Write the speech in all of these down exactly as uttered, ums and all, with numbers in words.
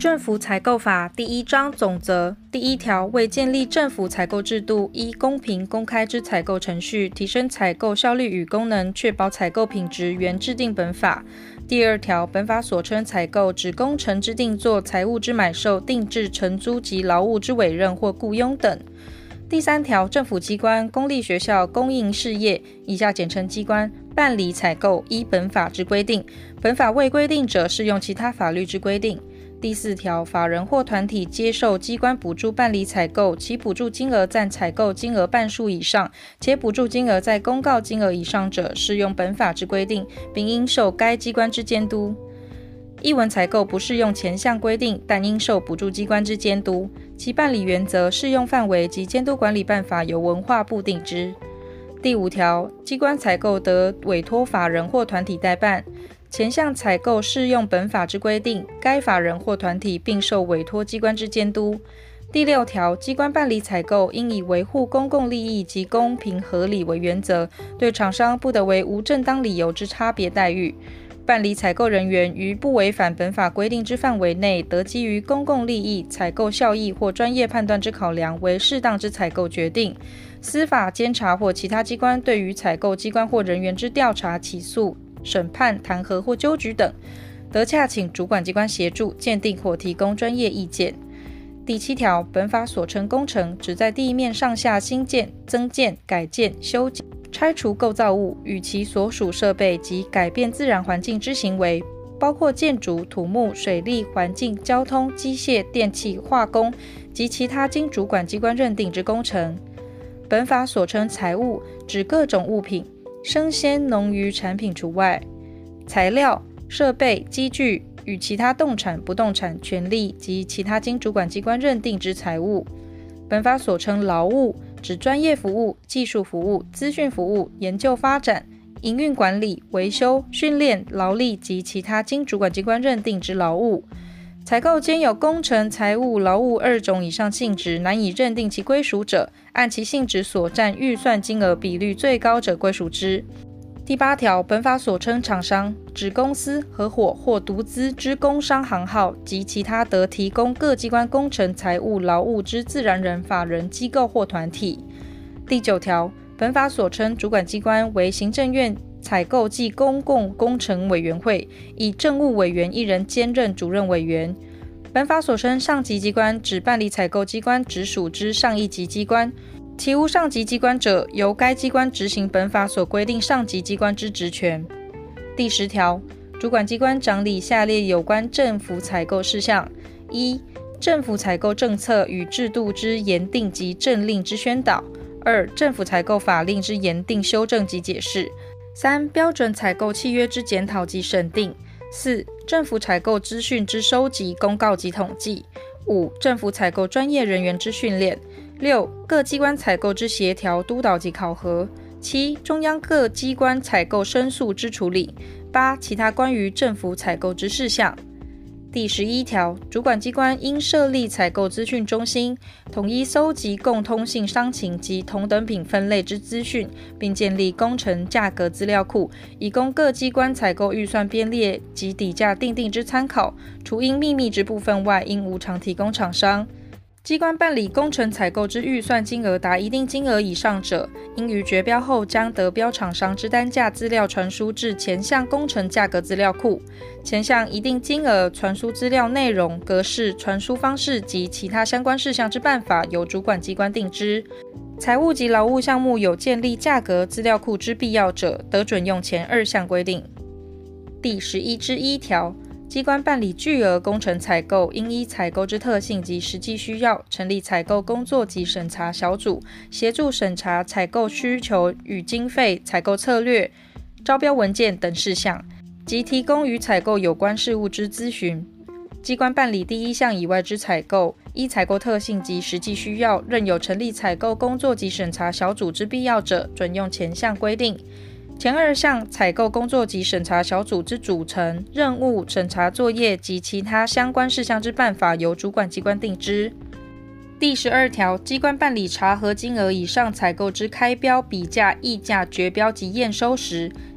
政府采购法第一章总则第一条，为建立政府采购制度，依公平公开之采购程序，提升采购效率与功能，确保采购品质，原制定本法。第二条，本法所称采购，指工程之定作、财物之买售、定制、承租及劳务之委任或雇佣等。第三条，政府机关、公立学校、公营事业（以下简称机关）办理采购，依本法之规定，本法未规定者，适用其他法律之规定。第四条，法人或团体接受机关补助办理采购，其补助金额占采购金额半数以上，且补助金额在公告金额以上者，适用本法之规定，并应受该机关之监督。艺文采购不适用前项规定，但应受补助机关之监督，其办理原则、适用范围及监督管理办法由文化部定之。第五条，机关采购得委托法人或团体代办，前项采购适用本法之规定，该法人或团体并受委托机关之监督。第六条，机关办理采购应以维护公共利益及公平合理为原则，对厂商不得为无正当理由之差别待遇。办理采购人员于不违反本法规定之范围内，得基于公共利益、采购效益或专业判断之考量，为适当之采购决定。司法、监察或其他机关对于采购机关或人员之调查、起诉、审判、弹劾或纠举等，得洽请主管机关协助鉴定或提供专业意见。第七条，本法所称工程，指在地面上下新建、增建、改建、修建、拆除构造物与其所属设备及改变自然环境之行为，包括建筑、土木、水利、环境、交通、机械、电气、化工及其他经主管机关认定之工程。本法所称财物，指各种物品，生鲜、农渔产品除外，材料、设备、机具与其他动产、不动产、权利及其他经主管机关认定之财物。本法所称劳务，指专业服务、技术服务、资讯服务、研究发展、营运管理、维修、训练、劳力及其他经主管机关认定之劳务。采购兼有工程、财务、劳务二种以上性质，难以认定其归属者，按其性质所占预算金额比率最高者归属之。第八条，本法所称厂商，指公司、合伙或独资之工商行号及其他得提供各机关工程、财务、劳务之自然人、法人、机构或团体。第九条，本法所称主管机关为行政院采购暨公共工程委员会，以政务委员一人兼任主任委员。本法所称上级机关，指办理采购机关直属之上一级机关，其无上级机关者，由该机关执行本法所规定上级机关之职权。第十条，主管机关掌理下列有关政府采购事项：一、政府采购政策与制度之研定及政令之宣导；二、政府采购法令之研定、修正及解释；三、标准采购契约之检讨及审定；四、政府采购资讯之收集、公告及统计；五、政府采购专业人员之训练；六、各机关采购之协调、督导及考核；七、中央各机关采购申诉之处理；八、其他关于政府采购之事项。第十一条，主管机关应设立采购资讯中心，统一搜集共通性商情及同等品分类之资讯，并建立工程价格资料库，以供各机关采购预算编列及底价订定之参考。除应秘密之部分外，应无偿提供厂商。机关办理工程采购之预算金额达一定金额以上者，应于决标后将得标厂商之单价资料传输至前项工程价格资料库。前项一定金额传输资料内容、格式、传输方式及其他相关事项之办法，由主管机关定之。财务及劳务项目有建立价格资料库之必要者，得准用前二项规定。第十一之一条，机关办理巨额工程采购，应依采购之特性及实际需要，成立采购工作及审查小组，协助审查采购需求与经费、采购策略、招标文件等事项，及提供与采购有关事务之咨询。机关办理第一项以外之采购，依采购特性及实际需要，任有成立采购工作及审查小组之必要者，准用前项规定。前二项采购工作及审查小组之组成、任务、审查作业及其他相关事项之办法，由主管机关定之。第十二条，机关办理查核金额以上采购之开标、比价、议价、决标及验收时，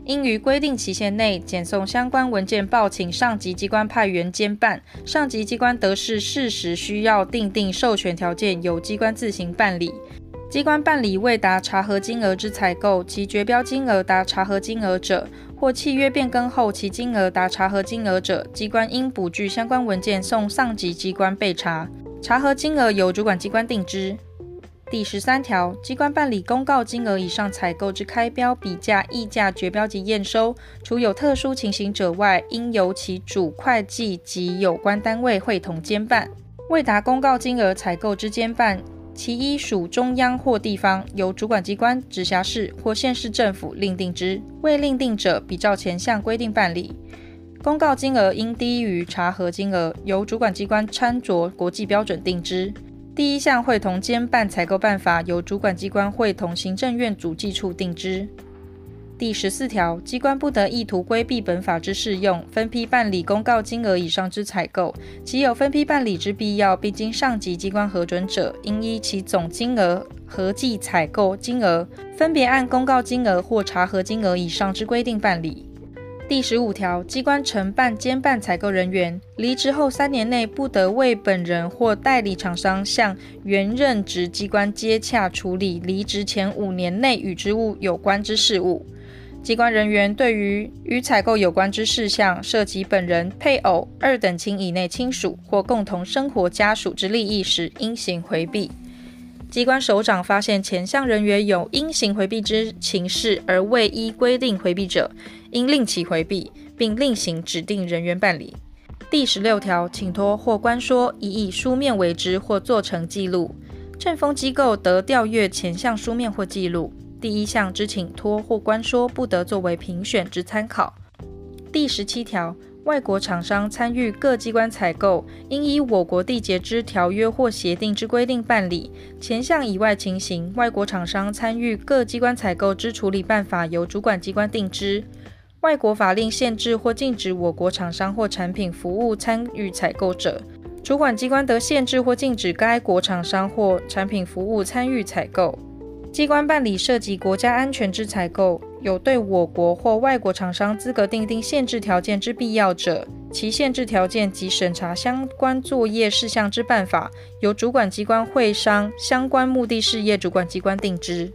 应于规定期限内检送相关文件报请上级机关派员监办，上级机关得视事实需要订定授权条件，由机关自行办理。机关办理未达查核金额之采购，其绝标金额达查核金额者，或契约变更后其金额达查核金额者，机关应补具相关文件送上级机关备查，查核金额由主管机关定之。第十三条，机关办理公告金额以上采购之开标、比价、议价、绝标及验收，除有特殊情形者外，应由其主会计及有关单位会同监办。未达公告金额采购之监办，其一属中央或地方，由主管机关、直辖市或县市政府另定之；未另定者，比照前项规定办理。公告金额应低于查核金额，由主管机关参酌国际标准定之。第一项会同监办采购办法，由主管机关会同行政院主计处定之。第十四条，机关不得意图规避本法之适用，分批办理公告金额以上之采购，其有分批办理之必要，并经上级机关核准者，应依其总金额合计采购金额，分别按公告金额或查核金额以上之规定办理。第十五条，机关承办监办采购人员，离职后三年内不得为本人或代理厂商向原任职机关接洽处理离职前五年内与之务有关之事务。机关人员对于与采购有关之事项，涉及本人、配偶、二等亲以内亲属或共同生活家属之利益时，应行回避。机关首长发现前项人员有应行回避之情事，而未依规定回避者，应令其回避，并另行指定人员办理。第十六条，请托或关说，宜以书面为之或做成记录。政风机构得调阅前项书面或记录。第一项之请托或关说，不得作为评选之参考。第十七条，外国厂商参与各机关采购，应依我国缔结之条约或协定之规定办理。前项以外情形，外国厂商参与各机关采购之处理办法，由主管机关定之。外国法令限制或禁止我国厂商或产品服务参与采购者，主管机关得限制或禁止该国厂商或产品服务参与采购。机关办理涉及国家安全之采购，有对我国或外国厂商资格订定限制条件之必要者，其限制条件及审查相关作业事项之办法，由主管机关会商相关目的事业主管机关定之。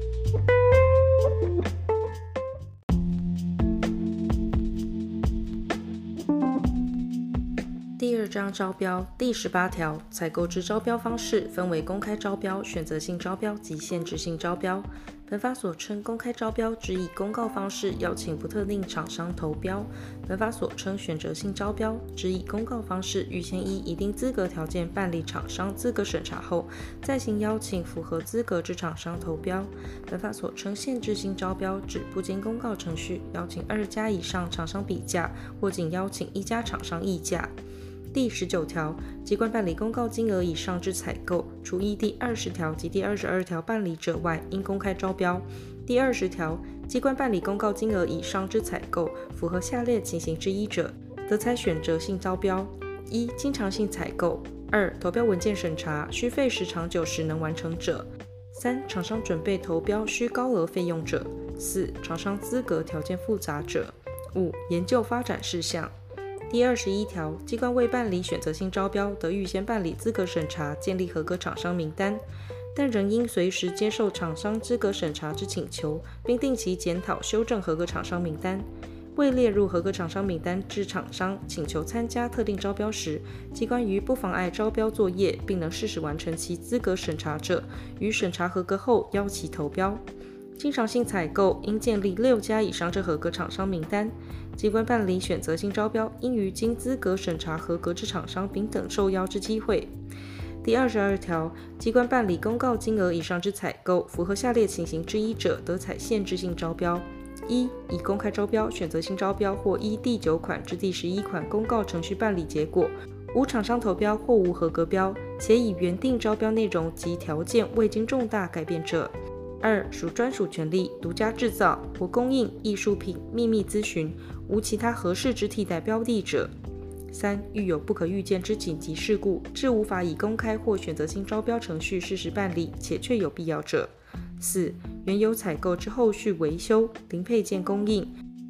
第二章招标第十八条，采购之招标方式分为公开招标、选择性招标及限制性招标。本法所称公开招标，指以公告方式邀请不特定厂商投标；本法所称选择性招标，指以公告方式预先依一定资格条件办理厂商资格审查后，再行邀请符合资格之厂商投标。本法所称限制性招标，指不经公告程序邀请二家以上厂商比价，或仅邀请一家厂商议价。第十九条，机关办理公告金额以上之采购，除依第二十条及第二十二条办理者外，应公开招标。第二十条，机关办理公告金额以上之采购，符合下列情形之一者，得采选择性招标：一、经常性采购；二、投标文件审查需费时长久时能完成者；三、厂商准备投标需高额费用者；四、厂商资格条件复杂者；五、研究发展事项。第二十一条，机关未办理选择性招标，得预先办理资格审查，建立合格厂商名单，但仍应随时接受厂商资格审查之请求，并定期检讨修正合格厂商名单。未列入合格厂商名单之厂商请求参加特定招标时，机关于不妨碍招标作业，并能适时完成其资格审查者，于审查合格后邀其投标。经常性采购应建立六家以上之合格厂商名单。机关办理选择性招标，应于经资格审查合格之厂商丙等受邀之机会。第二十二条，机关办理公告金额以上之采购，符合下列情形之一者，得采限制性招标：一、以公开招标、选择性招标或依第九款至第十一款公告程序办理结果，无厂商投标或无合格标，且以原定招标内容及条件未经重大改变者；二、属专属权利、独家制造或供应艺术品、秘密咨询，无其他合适之替代标的者；三、遇有不可预见之紧急事故，致无法以公开或选择性招标程序适时办理，且确有必要者；四、原有采购之后续维修、零配件供应，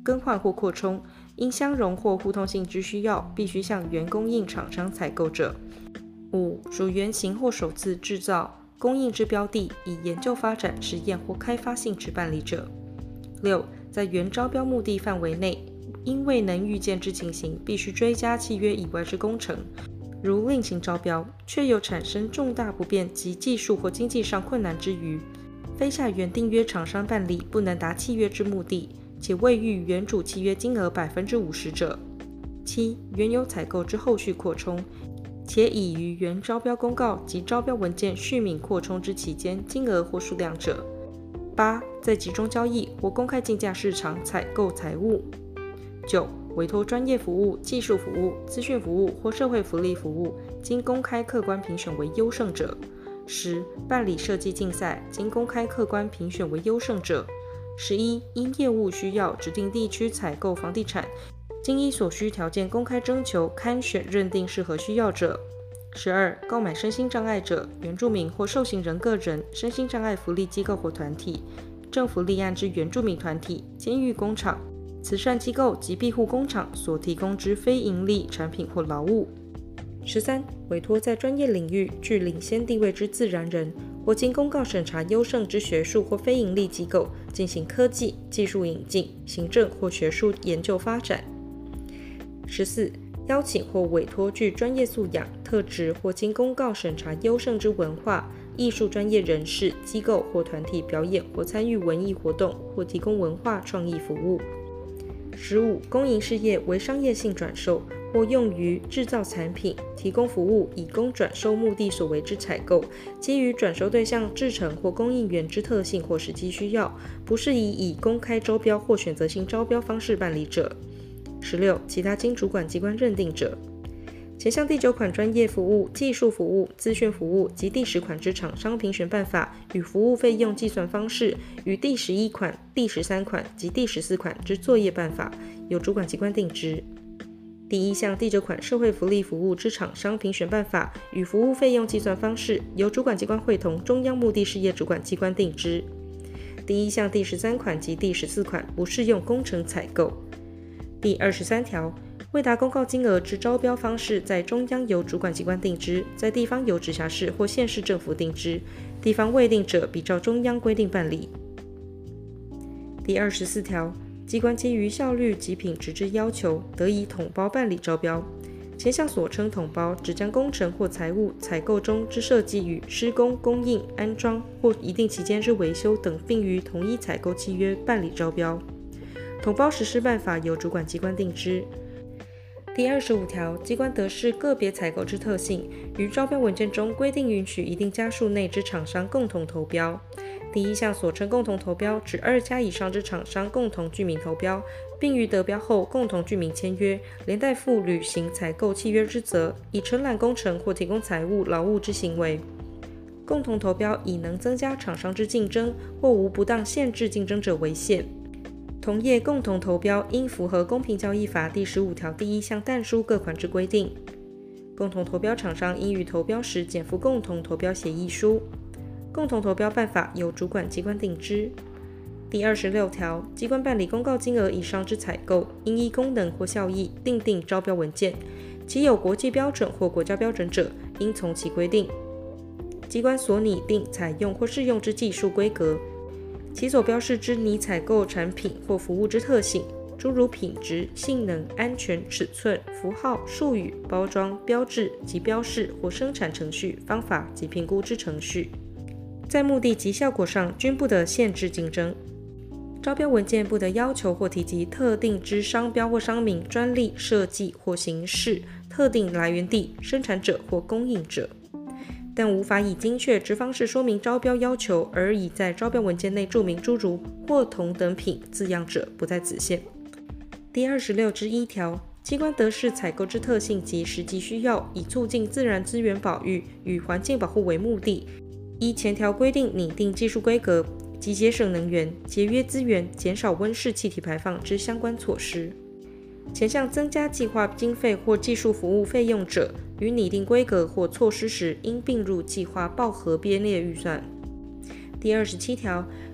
更换或扩充，因相容或互通性之需要，必须向原供应厂商采购者。五、属原型或首次制造、供应之标的，以研究发展、实验或开发性质办理者。六、在原招标目的范围内，因未能预见之情形，必须追加契约以外之工程，如另行招标，却有产生重大不便及技术或经济上困难之余，非下原订约厂商办理不能达契约之目的，且未逾原主契约金额百分之五十者。七、原有采购之后续扩充，且已于原招标公告及招标文件续名扩充之期间金额或数量者。八、在集中交易或公开竞价市场采购财物。九、委托专业服务、技术服务、资讯服务或社会福利服务，经公开客观评选为优胜者。十、办理设计竞赛，经公开客观评选为优胜者。十一、因业务需要指定地区采购房地产，经依所需条件公开征求、刊选认定适合需要者。十二、购买身心障碍者、原住民或受刑人个人、身心障碍福利机构或团体、政府立案之原住民团体、监狱工厂、慈善机构及庇护工厂所提供之非营利产品或劳务。十三、委托在专业领域具领先地位之自然人，或经公告审查优胜之学术或非营利机构，进行科技、技术引进、行政或学术研究发展。十四、邀请或委托具专业素养、特质或经公告审查优胜之文化、艺术专业人士、机构或团体表演或参与文艺活动，或提供文化创意服务。十五、公营事业为商业性转售，或用于制造产品、提供服务以供转售目的所为之采购，基于转售对象制成或供应源之特性或实际需要，不适宜以公开招标或选择性招标方式办理者。十六、其他经主管机关认定者。前项第九款专业服务、技术服务、资讯服务及第十款之厂商评选办法与服务费用计算方式，与第十一款、第十三款及第十四款之作业办法，由主管机关定之。第一项第九款社会福利服务之厂商评选办法与服务费用计算方式，由主管机关会同中央目的事业主管机关定之。第一项第十三款及第十四款不适用工程采购。第二十三条，未达公告金额之招标方式，在中央由主管机关定之，在地方由直辖市或县市政府定之，地方未定者，比照中央规定办理。第二十四条，机关基于效率及品质之要求，得以统包办理招标。前项所称统包，只将工程或财务采购中之设计与施工、供应、安装或一定期间之维修等并于同一采购契约办理招标。统包实施办法由主管机关定之。第二十五条，机关得视个别采购之特性，于招标文件中规定允许一定家数内之厂商共同投标。第一项所称共同投标，指二家以上之厂商共同具名投标，并于得标后共同具名签约，连带负履行采购契约之责，以承揽工程或提供财务、劳务之行为。共同投标以能增加厂商之竞争，或无不当限制竞争者为限。同业共同投标应符合公平交易法第十五条第一项但书各款之规定。共同投标厂商应于投标时检附共同投标协议书。共同投标办法由主管机关定之。第二十六条，机关办理公告金额以上之采购，应依功能或效益订定招标文件，其有国际标准或国家标准者，应从其规定。机关所拟定、采用或适用之技术规格，其所标示之拟采购产品或服务之特性，诸如品质、性能、安全、尺寸、符号、术语、包装、标志及标示或生产程序、方法及评估之程序，在目的及效果上均不得限制竞争。招标文件不得要求或提及特定之商标或商名、专利、设计或形式、特定来源地、生产者或供应者，但无法以精确之方式说明招标要求，而已在招标文件内注明诸如或同等品字样者，不在此限。第二十六之一条，机关得视采购之特性及实际需要，以促进自然资源保育与环境保护为目的，依前条规定拟定技术规格及节省能源、节约资源、减少温室气体排放之相关措施。前项增加计划经费或技术服务费用者，于拟定规格或措施时，应并入计划报核编列预算。第二十七条，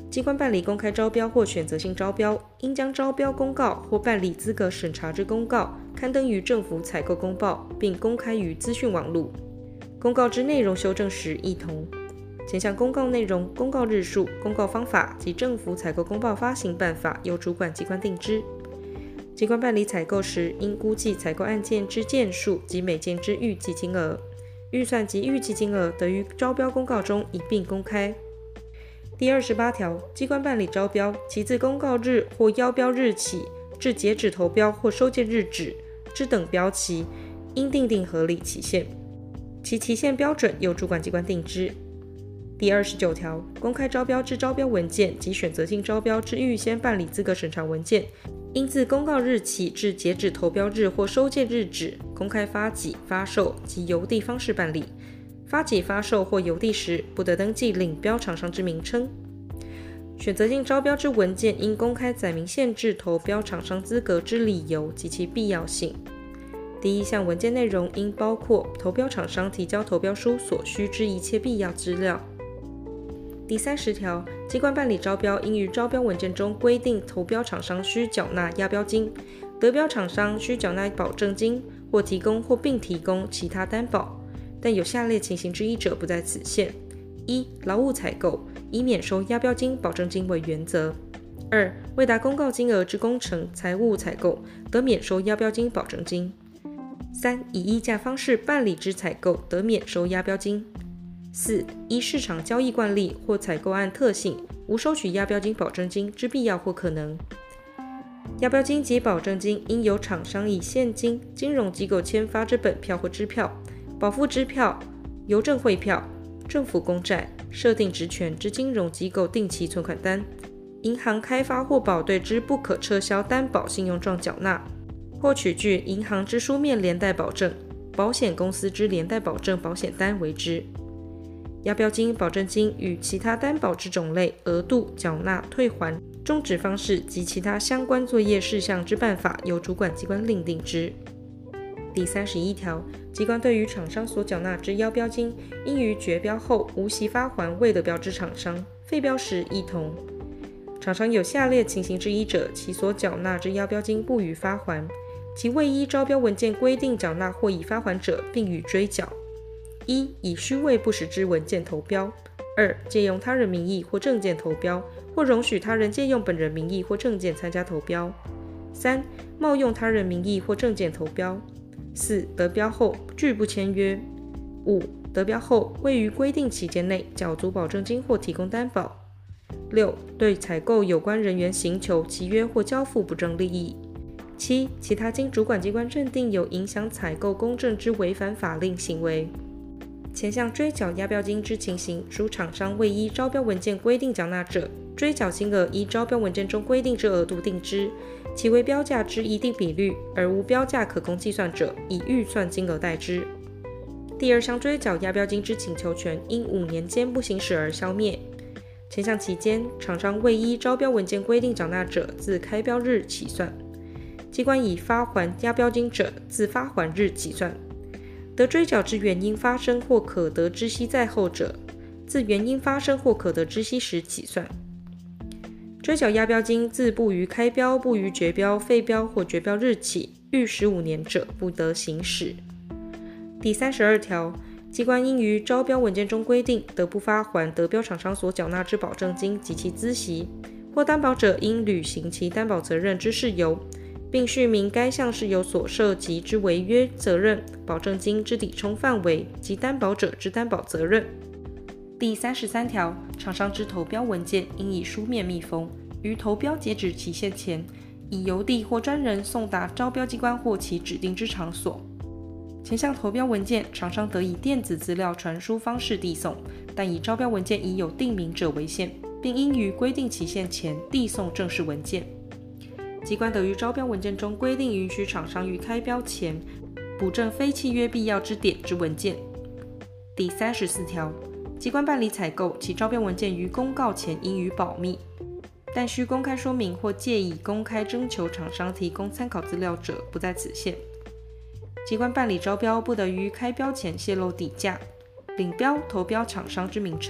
机关办理公开招标或选择性招标，应将招标公告或办理资格审查之公告刊登于政府采购公报，并公开于资讯网路。公告之内容修正时一同。前项公告内容、公告日数、公告方法及政府采购公报发行办法由主管机关定之。机关办理采购时，应估计采购案件之件数及每件之预计金额，预算及预计金额得于招标公告中一并公开。第二十八条，机关办理招标，其自公告日或邀标日起至截止投标或收件日止之等标期，应订定合理期限，其期限标准由主管机关定之。第二十九条，公开招标之招标文件及选择性招标之预先办理资格审查文件，应自公告日起至截止投标日或收件日止，公开发给、发售及邮递方式办理。发给、发售或邮递时，不得登记领标厂商之名称。选择性招标之文件，应公开载明限制投标厂商资格之理由及其必要性。第一项文件内容应包括投标厂商提交投标书所需之一切必要资料。第三十条，机关办理招标，应于招标文件中规定投标厂商需缴纳押标金，得标厂商需缴纳保证金，或提供或并提供其他担保，但有下列情形之一者不在此限：一、劳务采购，以免收押标金、保证金为原则；二、未达公告金额之工程、财务采购，得免收押标金、保证金；三、以议价方式办理之采购，得免收押标金；四、依市场交易惯例或采购案特性，无收取押标金、保证金之必要或可能。押标金及保证金应由厂商以现金、金融机构签发之本票或支票、保付支票、邮政汇票、政府公债、设定职权之金融机构定期存款单、银行开发或保对之不可撤销担保信用状缴纳，或取具银行之书面连带保证、保险公司之连带保证保险单为之。押标金、保证金与其他担保之种类、额度、缴纳、退还、终止方式及其他相关作业事项之办法，由主管机关另定之。第三十一条，机关对于厂商所缴纳之邀标金，应于决标后无息发还未得标之厂商，废标时一同。厂商有下列情形之一者，其所缴纳之邀标金不予发还，其未依招标文件规定缴纳或已发还者，并予追缴。一、以虚伪不实之文件投标；二、借用他人名义或证件投标，或容许他人借用本人名义或证件参加投标；三、冒用他人名义或证件投标；四、得标后拒不签约；五、得标后未于规定期间内缴足保证金或提供担保；六、对采购有关人员行求、契约或交付不正利益；七、其他经主管机关认定有影响采购公正之违反法令行为。前项追缴押标金之情形，属厂商未依招标文件规定缴纳者，追缴金额依招标文件中规定之额度定之，其为标价之一定比率，而无标价可供计算者，以预算金额代之。第二项追缴押标金之请求权，因五年间不行使而消灭。前项期间，厂商未依招标文件规定缴纳者，自开标日起算；机关已发还押标金者，自发还日起算。得追缴之原因发生或可得知悉在后者，自原因发生或可得知悉时起算。追缴押标金自不于开标、不于决标、废标或决标日起，逾十五年者，不得行使。第三十二条，机关应于招标文件中规定，得不发还得标厂商所缴纳之保证金及其孳息，或担保者应履行其担保责任之事由，并叙明该项事由所涉及之违约责任、保证金之抵充范围及担保者之担保责任。第三十三条，厂商之投标文件应以书面密封，于投标截止期限前，以邮递或专人送达招标机关或其指定之场所。前项投标文件，厂商得以电子资料传输方式递送，但以招标文件已有订明者为限，并应于规定期限前递送正式文件。机关得于招标文件中规定允许厂商于开标前补正非契约必要之点之文件。第三十四条，机关办理采购，其招标文件于公告前应予保密，但需公开说明或借以公开征求厂商提供参考资料者，不在此限。机关办理招标，不得于开标前泄露底价、领标投标厂商之名称、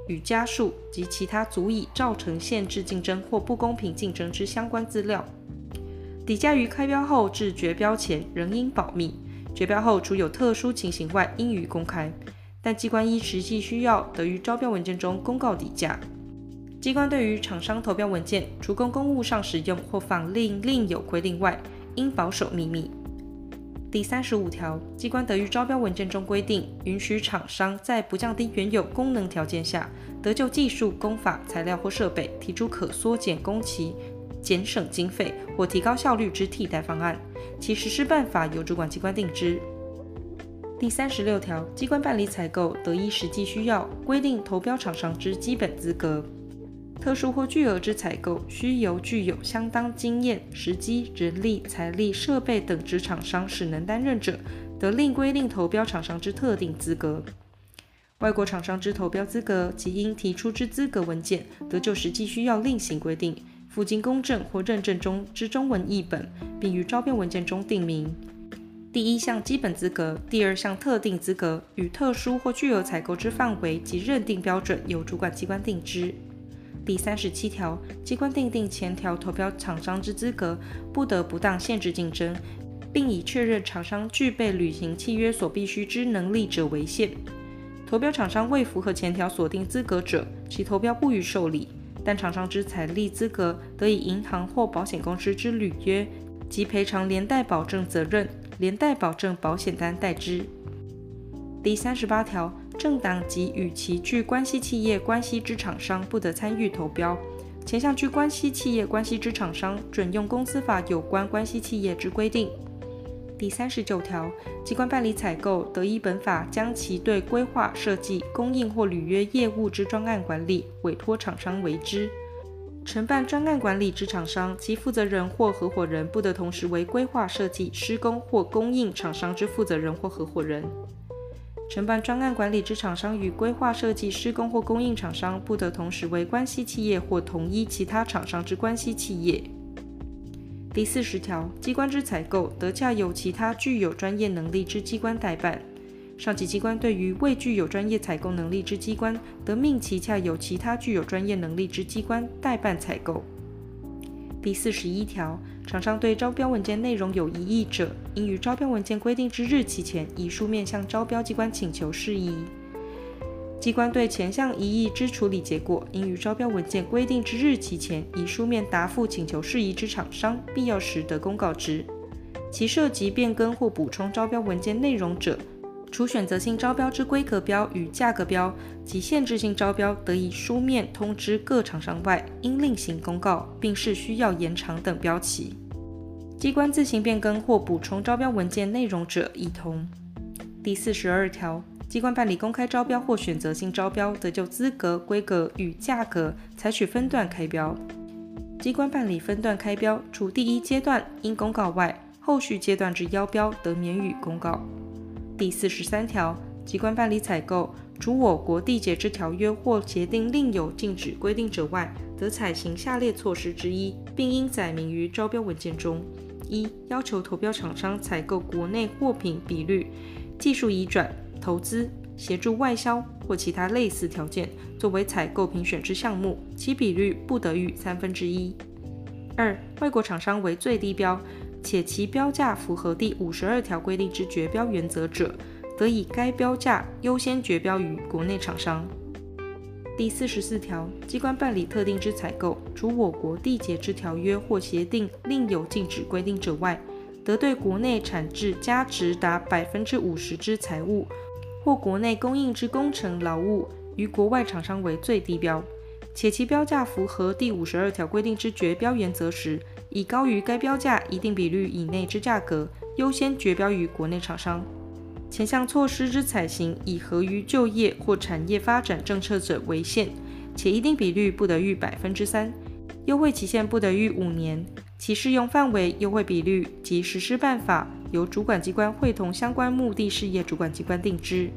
与家数及其他足以造成限制竞争或不公平竞争之相关资料。底价于开标后至决标前仍应保密，决标后除有特殊情形外应予公开，但机关依实际需要得于招标文件中公告底价。机关对于厂商投标文件除供公务上使用或仿另另有规定外，应保守秘密。第三十五条，机关得于招标文件中规定，允许厂商在不降低原有功能条件下，得就技术、工法、材料或设备提出可缩减工期、减省经费或提高效率之替代方案，其实施办法由主管机关定之。第三十六条，机关办理采购得依实际需要规定投标厂商之基本资格。特殊或巨额之采购，需由具有相当经验、时机、人力、财力、设备等之厂商使能担任者，得另规定投标厂商之特定资格。外国厂商之投标资格及应提出之资格文件，得就实际需要另行规定，附经公证或认证中之中文译本，并于招标文件中定明。第一项基本资格、第二项特定资格与特殊或巨额采购之范围及认定标准，由主管机关定之。第三十七条，机关订定前条投标厂商之资格，不得不当限制竞争，并以确认厂商具备履行契约所必须之能力者为限。投标厂商未符合前条所定资格者，其投标不予受理，但厂商之财力资格得以银行或保险公司之履约及赔偿连带保证责任、连带保证保险单代之。第三十八条，政党及与其具关系企业关系之厂商不得参与投标。前项具关系企业关系之厂商，准用公司法有关关系企业之规定。第三十九条，机关办理采购，得依本法将其对规划、设计、供应或履约业务之专案管理，委托厂商为之。承办专案管理之厂商，其负责人或合伙人不得同时为规划、设计、施工或供应厂商之负责人或合伙人。承办专案管理之厂商与规划设计施工或供应厂商不得同时为关系企业或同一其他厂商之关系企业。第四十条，机关之采购得洽由其他具有专业能力之机关代办。上级机关对于未具有专业采购能力之机关，得命其洽由其他具有专业能力之机关代办采购。第四十一条，厂商对招标文件内容有异议者，应于招标文件规定之日期前，以书面向招标机关请求释疑。机关对前项异议之处理结果，应于招标文件规定之日期前，以书面答复请求释疑之厂商，必要时得公告之。其涉及变更或补充招标文件内容者，除选择性招标之规格标与价格标及限制性招标得以书面通知各厂商外，应另行公告，并视需要延长等标期。机关自行变更或补充招标文件内容者，一同。第四十二条，机关办理公开招标或选择性招标，得就资格、规格与价格采取分段开标。机关办理分段开标，除第一阶段应公告外，后续阶段之邀标得免予公告。第四十三条，机关办理采购，除我国缔结之条约或协定另有禁止规定者外，得采行下列措施之一，并应载明于招标文件中：一、要求投标厂商采购国内货品比率、技术移转、投资、协助外销或其他类似条件，作为采购评选之项目，其比率不得逾三分之一。二、外国厂商为最低标，且其标价符合第五十二条规定之决标原则者，得以该标价优先决标于国内厂商。第四十四条，机关办理特定之采购，除我国缔结之条约或协定另有禁止规定者外，得对国内产制价值达百分之五十之财物或国内供应之工程劳务，于国外厂商为最低标，且其标价符合第五十二条规定之决标原则时，以高于该标价一定比率以内之价格，优先决标于国内厂商。前项措施之采行，以合于就业或产业发展政策者为限，且一定比率不得逾百分之三，优惠期限不得逾五年，其适用范围、优惠比率及实施办法，由主管机关会同相关目的事业主管机关定之。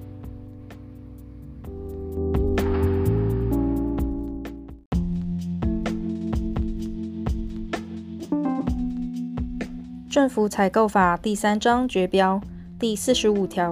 政府采购法第三章决标第四十五条，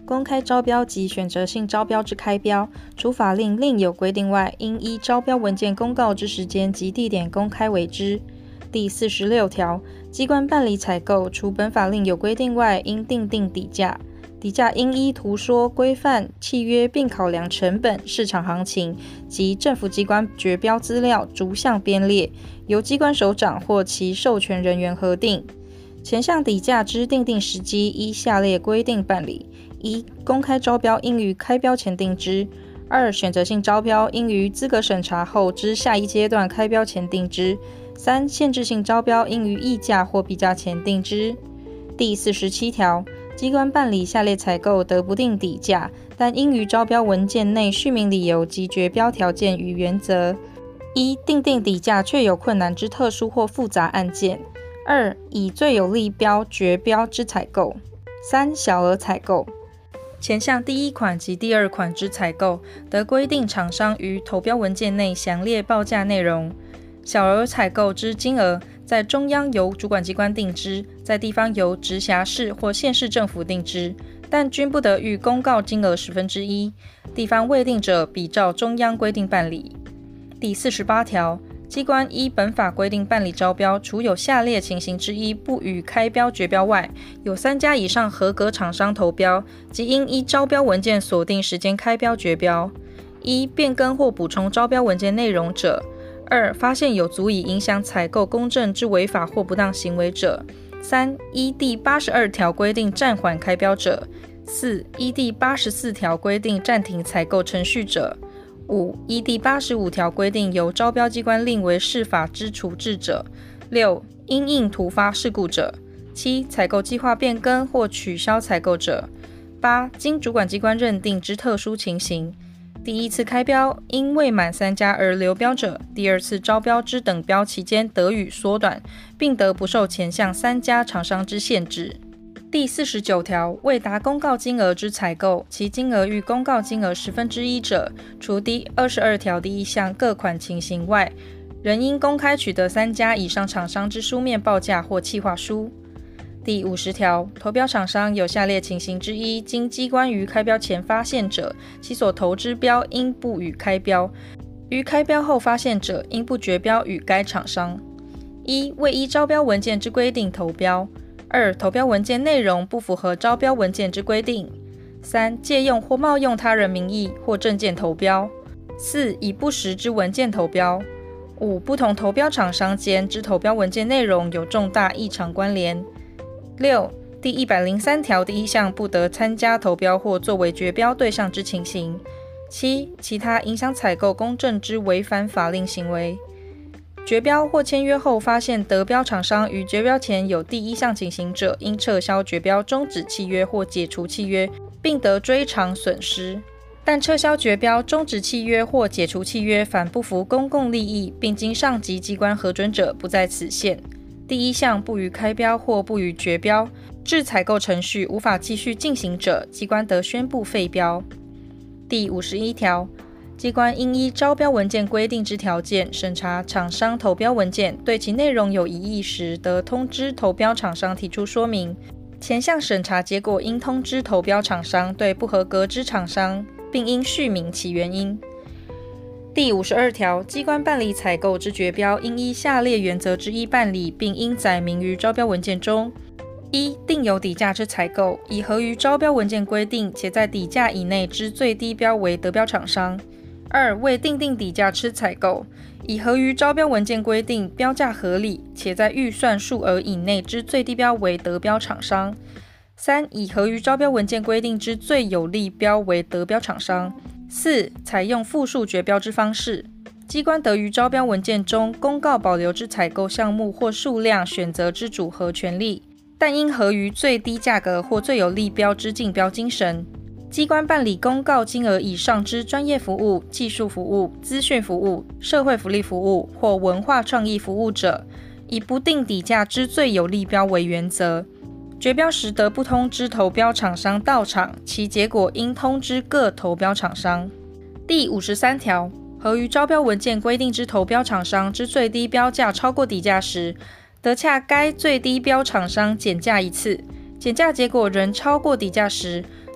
公开招标及选择性招标之开标，除法令另有规定外，应依招标文件公告之时间及地点公开为之。第四十六条，机关办理采购，除本法令有规定外，应订定底价。底价应依图说、规范、契约，并考量成本、市场行情及政府机关决标资料逐项编列，由机关首长或其授权人员核定。前项底价之订定时机，依下列规定办理：一、公开招标应于开标前定之；二、选择性招标应于资格审查后之下一阶段开标前定之；三、限制性招标应于议价或比价前定之。第四十七条，机关办理下列采购得不定底价，但应于招标文件内续明理由及决标条件与原则：一、订定底价确有困难之特殊或复杂案件；二、以最有利标决标之采购；三、小额采购。前项第一款及第二款之采购，得规定厂商于投标文件内详列报价内容。小额采购之金额，在中央由主管机关定之，在地方由直辖市或县市政府定之，但均不得逾公告金额十分之一。地方未定者，比照中央规定办理。第四十八条，机关依本法规定办理招标，除有下列情形之一不予开标决标外，有三家以上合格厂商投标，即应依招标文件锁定时间开标决标：一、变更或补充招标文件内容者；二、发现有足以影响采购公正之违法或不当行为者；三、依第八十二条规定暂缓开标者；四、依第八十四条规定暂停采购程序者；五、依第八十五条规定由招标机关令为适法之处置者；六、因应突发事故者；七、采购计划变更或取消采购者；八、经主管机关认定之特殊情形。第一次开标因未满三家而流标者，第二次招标之等标期间得予缩短，并得不受前项三家厂商之限制。第四十九条，未达公告金额之采购，其金额逾公告金额十分之一者，除第二十二条第一项各款情形外，仍应公开取得三家以上厂商之书面报价或企划书。第五十条，投标厂商有下列情形之一，经机关于开标前发现者，其所投之标应不予开标；于开标后发现者，应不决标与该厂商：一、未依招标文件之规定投标；二、投标文件内容不符合招标文件之规定；三、借用或冒用他人名义或证件投标；四、以不实之文件投标；五、不同投标厂商间之投标文件内容有重大异常关联。六、第一百零三条第一项不得参加投标或作为决标对象之情形。七、其他影响采购公正之违反法令行为。决标或签约后发现得标厂商于决标前有第一项情形者，应撤销决标、终止契约或解除契约，并得追偿损失。但撤销决标、终止契约或解除契约反不符公共利益，并经上级机关核准者，不在此限。第一项不予开标或不予决标，致采购程序无法继续进行者，机关得宣布废标。第五十一条，机关应依招标文件规定之条件，审查厂商投标文件，对其内容有异议时，得通知投标厂商提出说明。前项审查结果应通知投标厂商对不合格之厂商，并应续明其原因。第五十二条，机关办理采购之决标，应依下列原则之一办理，并应载明于招标文件中：一、定有底价之采购，以合于招标文件规定，且在底价以内之最低标为得标厂商；二、未定定底价之采购，以合于招标文件规定，标价合理，且在预算数额以内之最低标为得标厂商；三、以合于招标文件规定之最有利标为得标厂商；四、采用复数决标之方式，机关得于招标文件中公告保留之采购项目或数量选择之组合权利，但应合于最低价格或最有利标之竞标精神。机关办理公告金额以上之专业服务、技术服务、资讯服务、社会福利服务或文化创意服务者，以不定底价之最有利标为原则。决标时得不通知投标厂商到场，其结果应通知各投标厂商。第五十三条，合于招标文件规定之投标厂商之最低标价超过底价时，得洽该最低标厂商减价一次，减价结果仍超过底价时，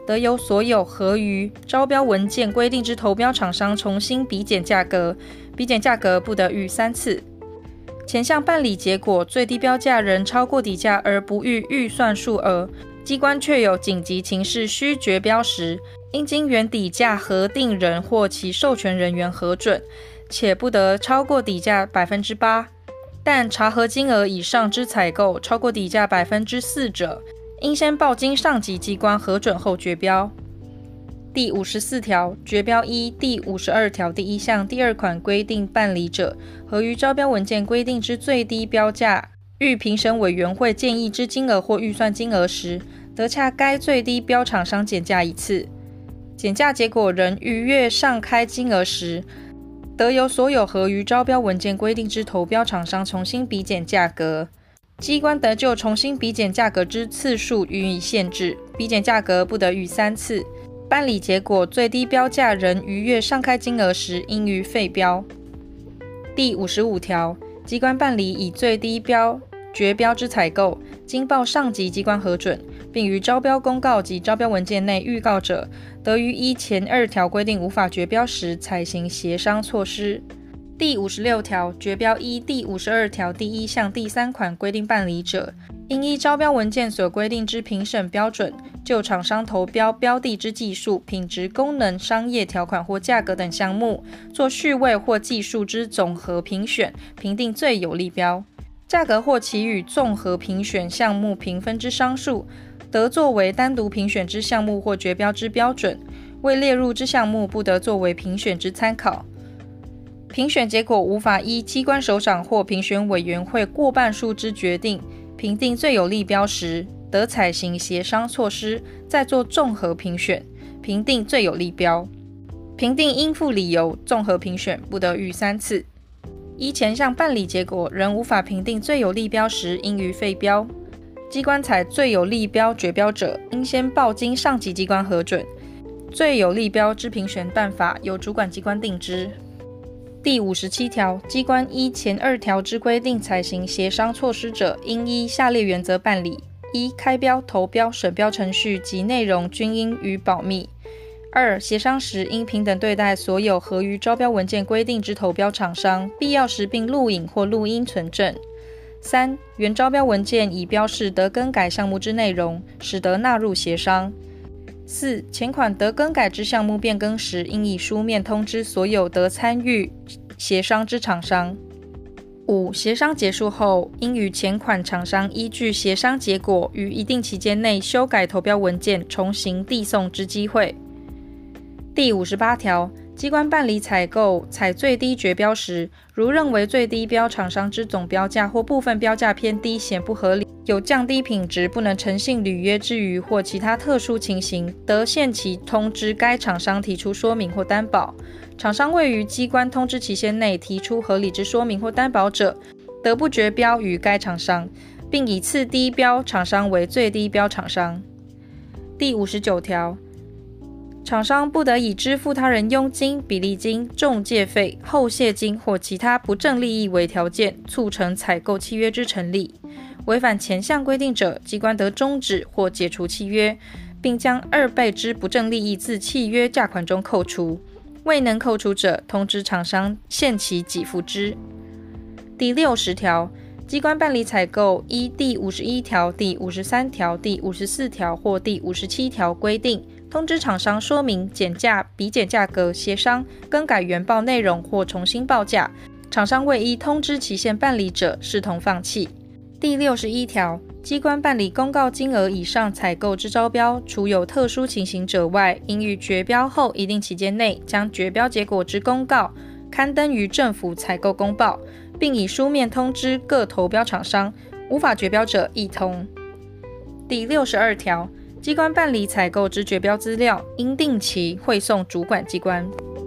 得由所有合于招标文件规定之投标厂商重新比检价格，比检价格不得逾三次。前项办理结果最低标价仍超过底价而不逾预算数额，机关确有紧急情势需决标时，应经原底价核定人或其授权人员核准，且不得超过底价 百分之八。但查核金额以上之采购超过底价 百分之四 者，应先报经上级机关核准后决标。第五十四条，决标依第五十二条第一项第二款规定办理者，合于招标文件规定之最低标价，遇评审委员会建议之金额或预算金额时，得洽该最低标厂商减价一次。减价结果仍逾越上开金额时，得由所有合于招标文件规定之投标厂商重新比减价格。机关得就重新比减价格之次数予以限制，比减价格不得逾三次。办理结果最低标价仍逾越上开金额时，应予废标。第五十五条，机关办理以最低标决标之采购，经报上级机关核准，并于招标公告及招标文件内预告者，得于依前二条规定无法决标时，采行协商措施。第五十六条，决标依第五十二条第一项第三款规定办理者，应依招标文件所规定之评审标准，就厂商投标标的之技术、品质、功能、商业条款或价格等项目，做序位或技术之总和评选，评定最有利标。价格或其与综合评选项目评分之商数，得作为单独评选之项目或决标之标准，未列入之项目不得作为评选之参考。评选结果无法依机关首长或评选委员会过半数之决定，评定最有利标时，得采行协商措施，再做综合评选，评定最有利标。评定应附理由，综合评选不得逾三次。依前项办理结果仍无法评定最有利标时，应予废标。机关采最有利标决标者，应先报经上级机关核准。最有利标之评选办法由主管机关定之。第五十七条，机关依前二条之规定采行协商措施者，应依下列原则办理：一、开标、投标、审标程序及内容均应予保密；二、协商时应平等对待所有合于招标文件规定之投标厂商，必要时并录影或录音存证；三、原招标文件已标示得更改项目之内容，使得纳入协商；四、前款得更改之项目变更时，应以书面通知所有得参与协商之厂商。五、协商结束后，应与前款厂商依据协商结果，于一定期间内修改投标文件，重行递送之机会。第五十八条，机关办理采购采最低决标时，如认为最低标厂商之总标价或部分标价偏低，显不合理，有降低品质不能诚信履约之余，或其他特殊情形，得限期通知该厂商提出说明或担保。厂商未于机关通知期限内提出合理之说明或担保者，得不决标于该厂商，并以次低标厂商为最低标厂商。第五十九条，厂商不得以支付他人佣金、比例金、中介费、后谢金或其他不正利益为条件，促成采购契约之成立。违反前项规定者，机关得终止或解除契约，并将二倍之不正利益自契约价款中扣除。未能扣除者，通知厂商限期给付之。第六十条，机关办理采购依第五十一条、第五十三条、第五十四条或第五十七条规定，通知厂商说明减价、比减价格、协商、更改原报内容或重新报价，厂商未依通知期限办理者，视同放弃。第六十一条，机关办理公告金额以上采购之招标，除有特殊情形者外，应于决标后一定期间内，将决标结果之公告刊登于政府采购公报，并以书面通知各投标厂商，无法决标者一通。第六十二条，机关办理采购之决标资料，应定期汇送主管机关。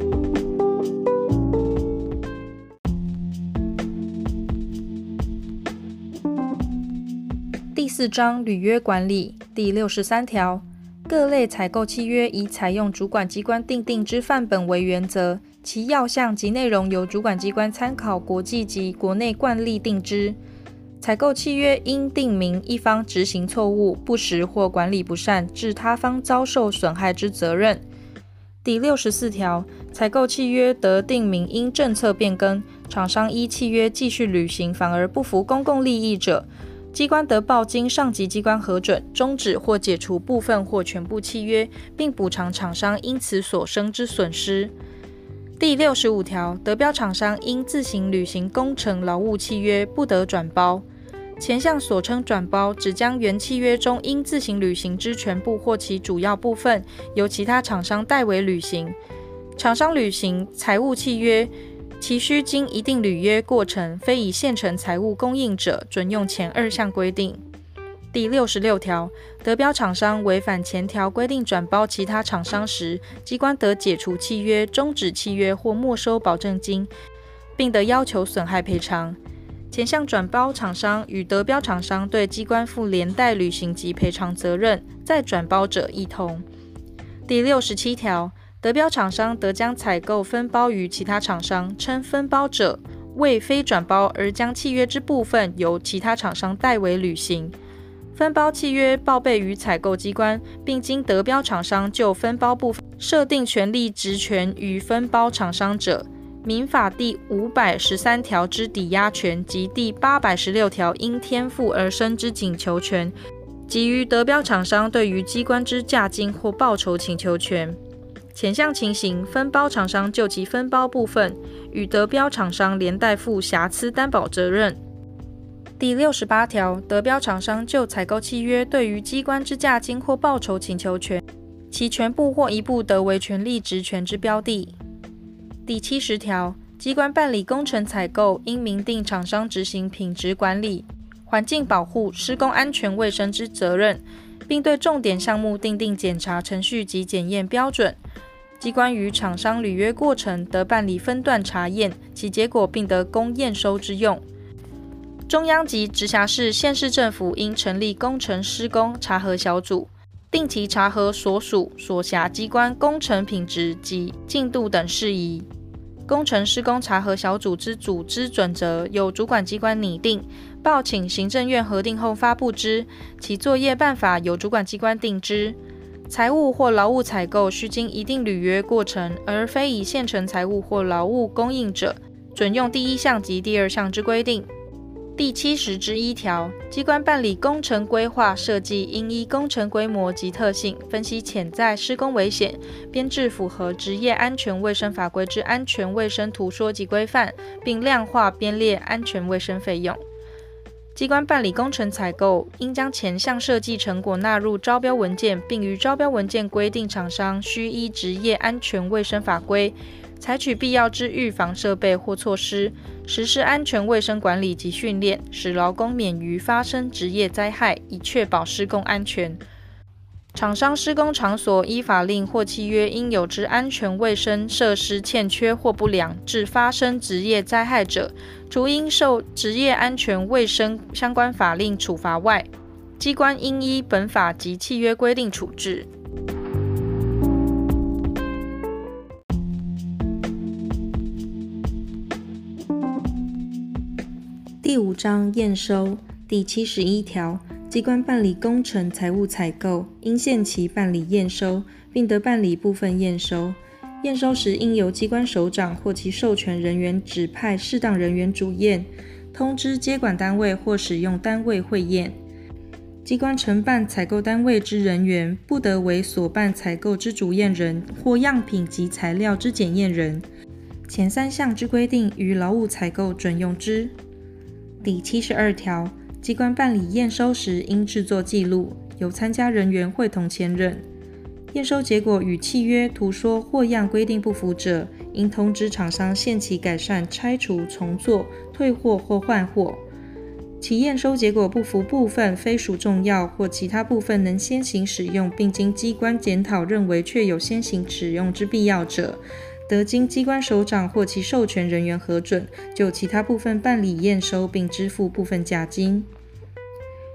第四章履约管理第六十三条，各类采购契约以采用主管机关订定之范本为原则，其要项及内容由主管机关参考国际及国内惯例定之。 采购契约应定明一方执行错误、不实或管理不善，致他方遭受损害之责任。第六十四条，采购契约得定明因政策变更，厂商依契约继续履行反而不符公共利益者，机关得报经上级机关核准，终止或解除部分或全部契约，并补偿厂商因此所生之损失。第六十五条，得标厂商因自行履行工程劳务契约，不得转包。前项所称转包，只将原契约中应自行履行之全部或其主要部分，由其他厂商代为履行。厂商履行财务契约，其须经一定履约过程，非以现成财务供应者，准用前二项规定。第六十六条，得标厂商违反前条规定转包其他厂商时，机关得解除契约、终止契约或没收保证金，并得要求损害赔偿。前项转包厂商与得标厂商对机关负连带履行及赔偿责任，在转包者一同。第六十七条，得标厂商得将采购分包于其他厂商，称分包者为非转包而将契约之部分由其他厂商代为履行。分包契约报备于采购机关，并经得标厂商就分包部分设定权利职权于分包厂商者，民法第五百十三条之抵押权及第八百十六条因天赋而生之请求权，及于得标厂商对于机关之价金或报酬请求权。前项情形，分包厂商就其分包部分与得标厂商连带负瑕疵担保责任。第六十八条，得标厂商就采购契约对于机关之价金或报酬请求权，其全部或一部得为权利职权之标的。第七十条，机关办理工程采购，应明定厂商执行品质管理、环境保护、施工安全卫生之责任，并对重点项目订定检查程序及检验标准。机关于厂商履约过程得办理分段查验，其结果并得供验收之用。中央及直辖市、县市政府应成立工程施工查核小组，定期查核所属所辖机关工程品质及进度等事宜。工程施工查核小组之组织准则由主管机关拟定，报请行政院核定后发布之，其作业办法由主管机关定之。财务或劳务采购须经一定履约过程，而非以现成财务或劳务供应者，准用第一项及第二项之规定。第七十之一条，机关办理工程规划设计，应依工程规模及特性，分析潜在施工危险，编制符合职业安全卫生法规之安全卫生图说及规范，并量化编列安全卫生费用。机关办理工程采购，应将前项设计成果纳入招标文件，并于招标文件规定厂商须依职业安全卫生法规，采取必要之预防设备或措施，实施安全卫生管理及训练，使劳工免于发生职业灾害，以确保施工安全。厂商施工场所依法令或契约应有之安全卫生设施欠缺或不良，致发生职业灾害者，除应受职业安全卫生相关法令处罚外，机关应依本法及契约规定处置。第五章验收第七十一条，机关办理工程财务采购，应限期办理验收，并得办理部分验收。验收时应由机关首长或其授权人员指派适当人员主验，通知接管单位或使用单位会验。机关承办采购单位之人员，不得为所办采购之主验人或样品及材料之检验人。前三项之规定于劳务采购准用之。第七十二条，机关办理验收时应制作记录，由参加人员会同签认。验收结果与契约、图说或样规定不符者，应通知厂商限期改善、拆除、重做、退货或换货。其验收结果不符部分非属重要或其他部分能先行使用，并经机关检讨认为确有先行使用之必要者，得经机关首长或其授权人员核准，就其他部分办理验收并支付部分价金。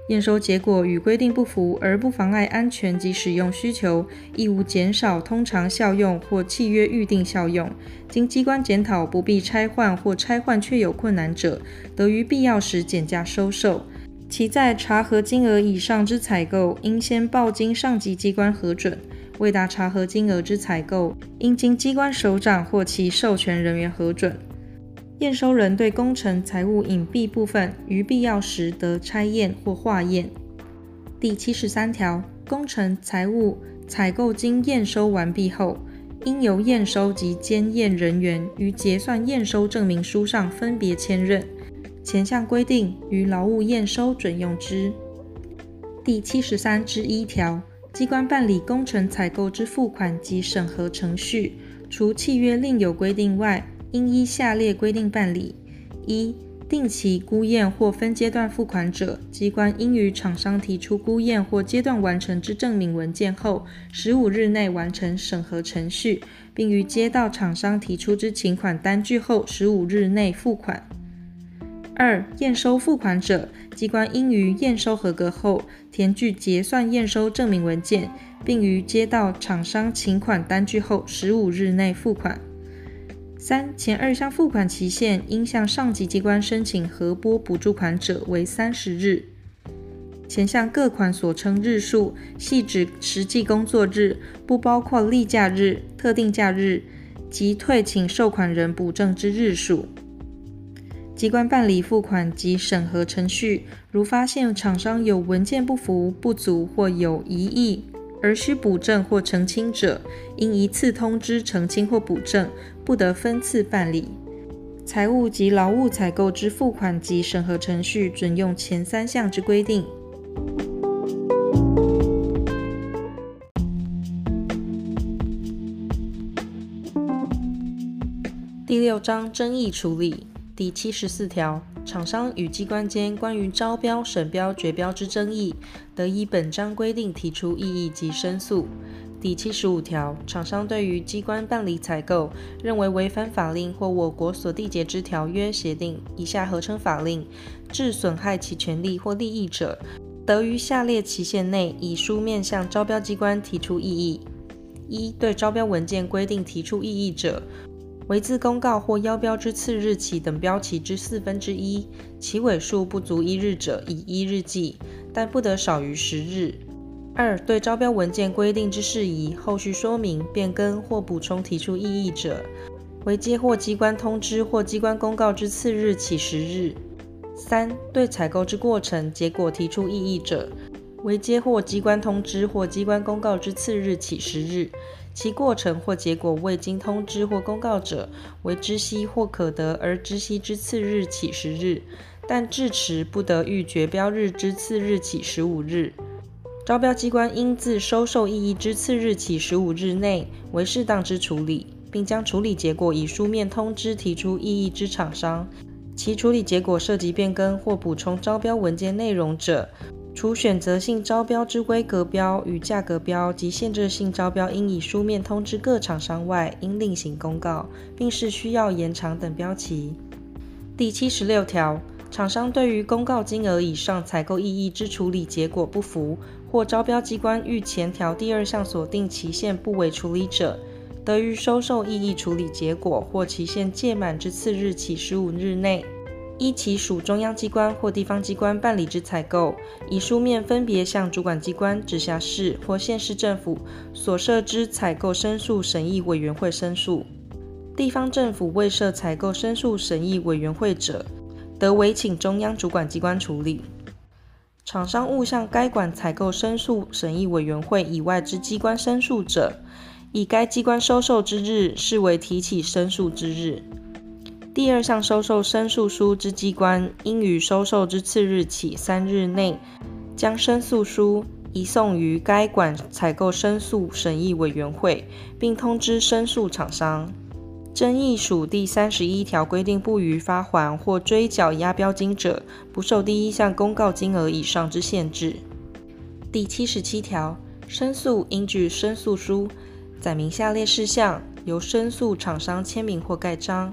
验收结果与规定不符而不妨碍安全及使用需求，亦无减少通常效用或契约预定效用，经机关检讨不必拆换或拆换确有困难者，得于必要时减价收售。其在查核金额以上之采购，应先报经上级机关核准；未达查核金额之采购，应经机关首长或其授权人员核准。验收人对工程财务隐蔽部分，于必要时得拆验或化验。第七十三条，工程财务采购经验收完毕后，应由验收及监验人员于结算验收证明书上分别签认。前项规定于劳务验收准用之。第七十三之一条，机关办理工程采购之付款及审核程序，除契约另有规定外，应依下列规定办理：一、定期估验或分阶段付款者，机关应于厂商提出估验或阶段完成之证明文件后，十五日内完成审核程序，并于接到厂商提出之请款单据后十五日内付款。二、验收付款者，机关应于验收合格后，填具结算验收证明文件，并于接到厂商请款单据后十五日内付款。三、前二项付款期限应向上级机关申请核拨补助款者为三十日。前项各款所称日数，系指实际工作日，不包括例假日、特定假日及退请受款人补正之日数。机关办理付款及审核程序，如发现厂商有文件不符、不足或有疑义，而需补正或澄清者，应一次通知澄清或补正，不得分次办理。财务及劳务采购之付款及审核程序，准用前三项之规定。第六章争议处理。第七十四条，厂商与机关间关于招标、审标、决标之争议，得依本章规定提出异议及申诉。第七十五条，厂商对于机关办理采购，认为违反法令或我国所缔结之条约、协定（以下合称法令），致损害其权利或利益者，得于下列期限内，以书面向招标机关提出异议：一、对招标文件规定提出异议者，为自公告或邀标之次日起等标期之四分之一，其尾数不足一日者，以一日计，但不得少于十日。二、对招标文件规定之事宜，后续说明、变更或补充提出异议者，为接获机关通知或机关公告之次日起十日。三、对采购之过程、结果提出异议者，为接获机关通知或机关公告之次日起十日。其过程或结果未经通知或公告者，为知悉或可得而知悉之次日起十日，但至迟不得逾决标日之次日起十五日。招标机关应自收受异议之次日起十五日内为适当之处理，并将处理结果以书面通知提出异议之厂商。其处理结果涉及变更或补充招标文件内容者，除选择性招标之规格标与价格标及限制性招标应以书面通知各厂商外，应另行公告，并视需要延长等标期。第七十六条，厂商对于公告金额以上采购异议之处理结果不服，或招标机关逾前条第二项所定期限不为处理者，得于收受异议处理结果或期限届满之次日起十五日内，依其属中央机关或地方机关办理之采购，以书面分别向主管机关、直辖市或县市政府所设之采购申诉审议委员会申诉。地方政府未设采购申诉审议委员会者，得委请中央主管机关处理。厂商误向该管采购申诉审议委员会以外之机关申诉者，以该机关收受之日视为提起申诉之日。第二项收受申诉书之机关，应于收受之次日起三日内，将申诉书移送于该管采购申诉审议委员会，并通知申诉厂商。争议属第三十一条规定不予发还或追缴押标金者，不受第一项公告金额以上之限制。第七十七条，申诉应据申诉书载明下列事项，由申诉厂商签名或盖章：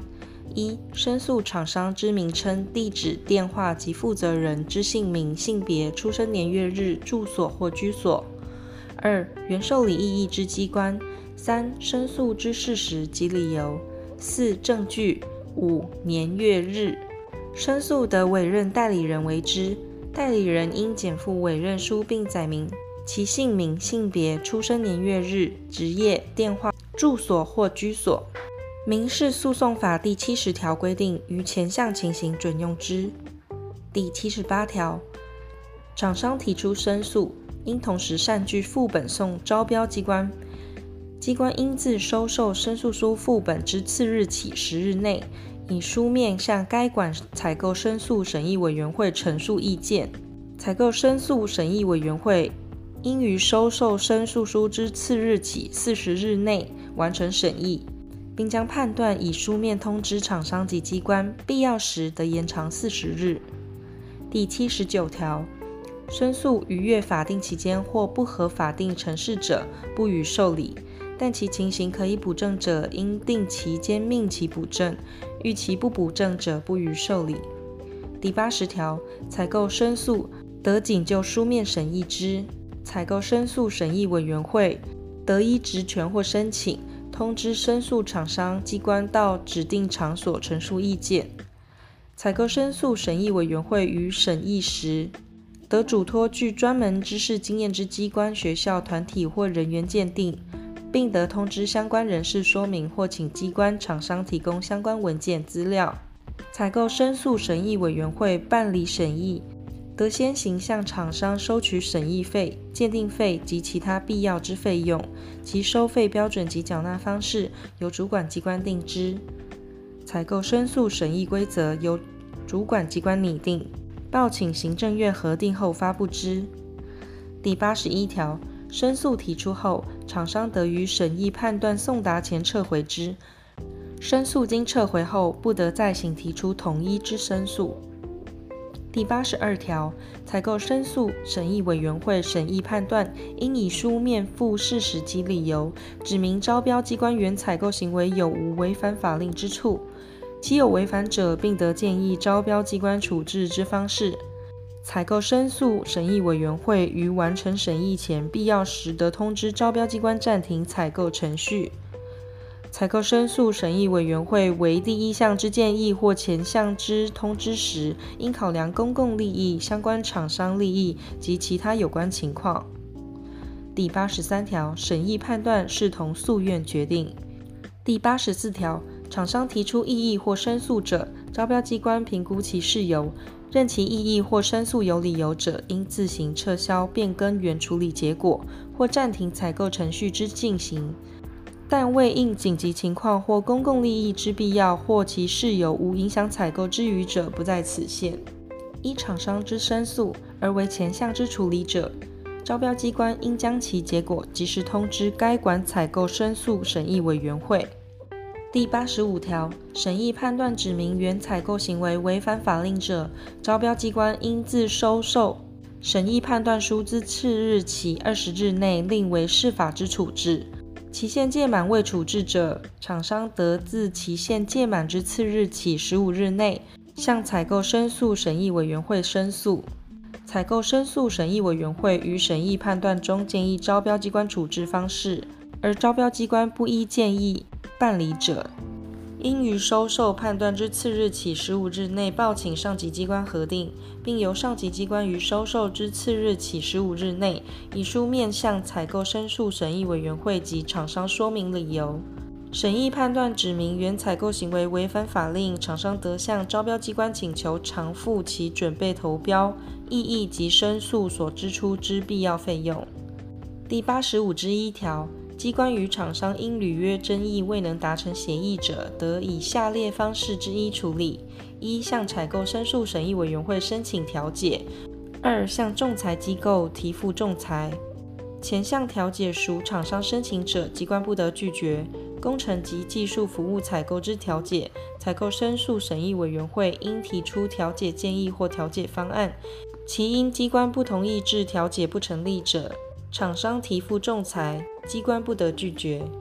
一、申诉厂商之名称、地址、电话及负责人之姓名、性别、出生年月日、住所或居所；二、原受理异议之机关；三、申诉之事实及理由；四、证据；五、年月日。申诉得委任代理人为之，代理人应检附委任书并载明其姓名、性别、出生年月日、职业、电话、住所或居所。民事诉讼法第七十条规定，于前项情形准用之。第七十八条，厂商提出申诉，应同时擅具副本送招标机关，机关应自收受申诉书副本之次日起十日内，以书面向该管采购申诉审议委员会陈述意见。采购申诉审议委员会应于收受申诉书之次日起四十日内完成审议，并将判断以书面通知厂商及机关，必要时得延长四十日。第七十九条，申诉逾越法定期间或不合法定程序者，不予受理，但其情形可以补正者，应定期间命其补正；逾期不补正者，不予受理。第八十条，采购申诉得仅就书面审议之，采购申诉审议委员会得依职权或申请，通知申诉厂商机关到指定场所陈述意见。采购申诉审议委员会于审议时，得嘱托具专门知识经验之机关、学校、团体或人员鉴定，并得通知相关人士说明或请机关、厂商提供相关文件资料。采购申诉审议委员会办理审议，得先行向厂商收取审议费、鉴定费及其他必要之费用，其收费标准及缴纳方式由主管机关定之。采购申诉审议规则由主管机关拟定，报请行政院核定后发布之。第八十一条，申诉提出后，厂商得于审议判断送达前撤回之。申诉经撤回后，不得再行提出同一之申诉。第八十二条，采购申诉审议委员会审议判断，应以书面附事实及理由，指明招标机关原采购行为有无违反法令之处，其有违反者，并得建议招标机关处置之方式。采购申诉审议委员会于完成审议前，必要时得通知招标机关暂停采购程序。采购申诉审议委员会为第一项之建议或前项之通知时，应考量公共利益、相关厂商利益及其他有关情况。第八十三条，审议判断视同诉愿决定。第八十四条，厂商提出异议或申诉者，招标机关评估其事由，认其异议或申诉有理由者，应自行撤销、变更原处理结果，或暂停采购程序之进行。但未应紧急情况或公共利益之必要，或其事由无影响采购之余者，不在此限。依厂商之申诉而为前项之处理者，招标机关应将其结果及时通知该管采购申诉审议委员会。第八十五条，审议判断指明原采购行为违反法令者，招标机关应自收受审议判断书之次日起二十日内，另为适法之处置。期限届满未处置者，厂商得自期限届满之次日起十五日内，向采购申诉审议委员会申诉。采购申诉审议委员会于审议判断中建议招标机关处置方式，而招标机关不依建议办理者，应于收受判断之次日起十五日内报请上级机关核定，并由上级机关于收受之次日起十五日内，以书面向采购申诉审议委员会及厂商说明理由。审议判断指明原采购行为违反法令，厂商得向招标机关请求偿付其准备投标、异议及申诉所支出之必要费用。第八十五之一条，机关与厂商因履约争议未能达成协议者，得以下列方式之一处理：一、向采购申诉审议委员会申请调解；二、向仲裁机构提付仲裁。前项调解属厂商申请者，机关不得拒绝。工程及技术服务采购之调解，采购申诉审议委员会应提出调解建议或调解方案，其因机关不同意致调解不成立者，厂商提付仲裁，机关不得拒绝。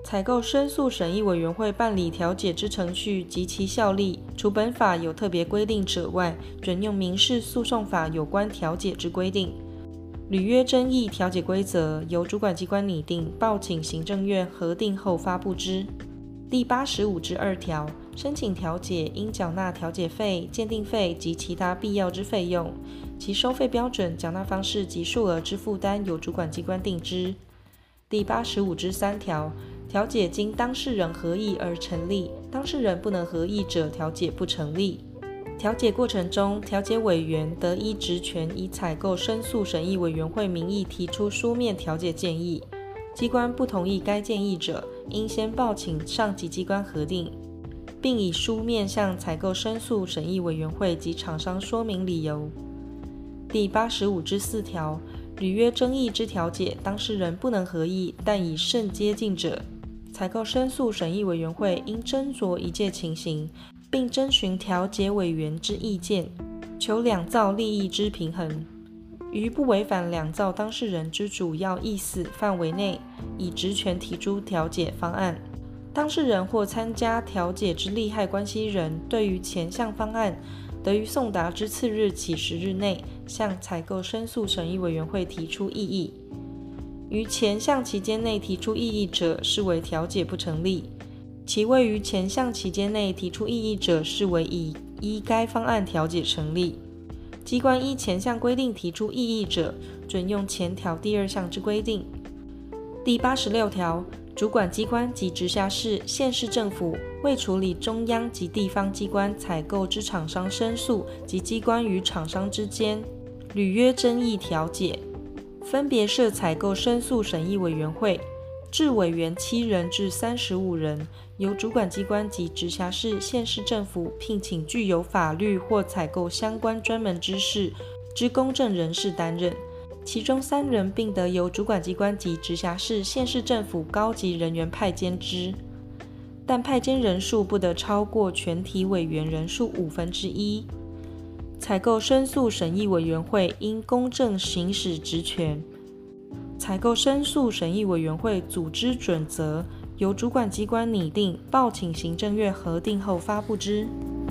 采购申诉审议委员会办理调解之程序及其效力，除本法有特别规定者外，准用民事诉讼法有关调解之规定。履约争议调解规则由主管机关拟定，报请行政院核定后发布之。第八十五之二条，申请调解应缴纳调解费、鉴定费及其他必要之费用，其收费标准、缴纳方式及数额之负担由主管机关定之。第八十五之三条，调解经当事人合意而成立，当事人不能合意者，调解不成立。调解过程中，调解委员得依职权以采购申诉审议委员会名义提出书面调解建议，机关不同意该建议者，应先报请上级机关核定，并以书面向采购申诉审议委员会及厂商说明理由。第八十五之四条，履约争议之调解，当事人不能合意，但已甚接近者，采购申诉审议委员会应斟酌一切情形，并征询调解委员之意见，求两造利益之平衡。于不违反两造当事人之主要意思范围内，以职权提出调解方案。当事人或参加调解之利害关系人，对于前项方案，得于送达之次日起十日内，向采购申诉审议委员会提出异议。于前项期间内提出异议者，视为调解不成立；其未于前项期间内提出异议者，视为已依该方案调解成立。机关依前项规定提出异议者，准用前条第二项之规定。第八十六条，主管机关及直辖市、县市政府为处理中央及地方机关采购之厂商申诉及机关与厂商之间履约争议调解，分别设采购申诉审议委员会，至委员七人至三十五人，由主管机关及直辖市、县市政府聘请具有法律或采购相关专门知识之公正人士担任，其中三人并得由主管机关及直辖市、县市政府高级人员派监之，但派监人数不得超过全体委员人数五分之一。采购申诉审议委员会应公正行使职权。采购申诉审议委员会组织准则由主管机关拟定，报请行政院核定后发布之。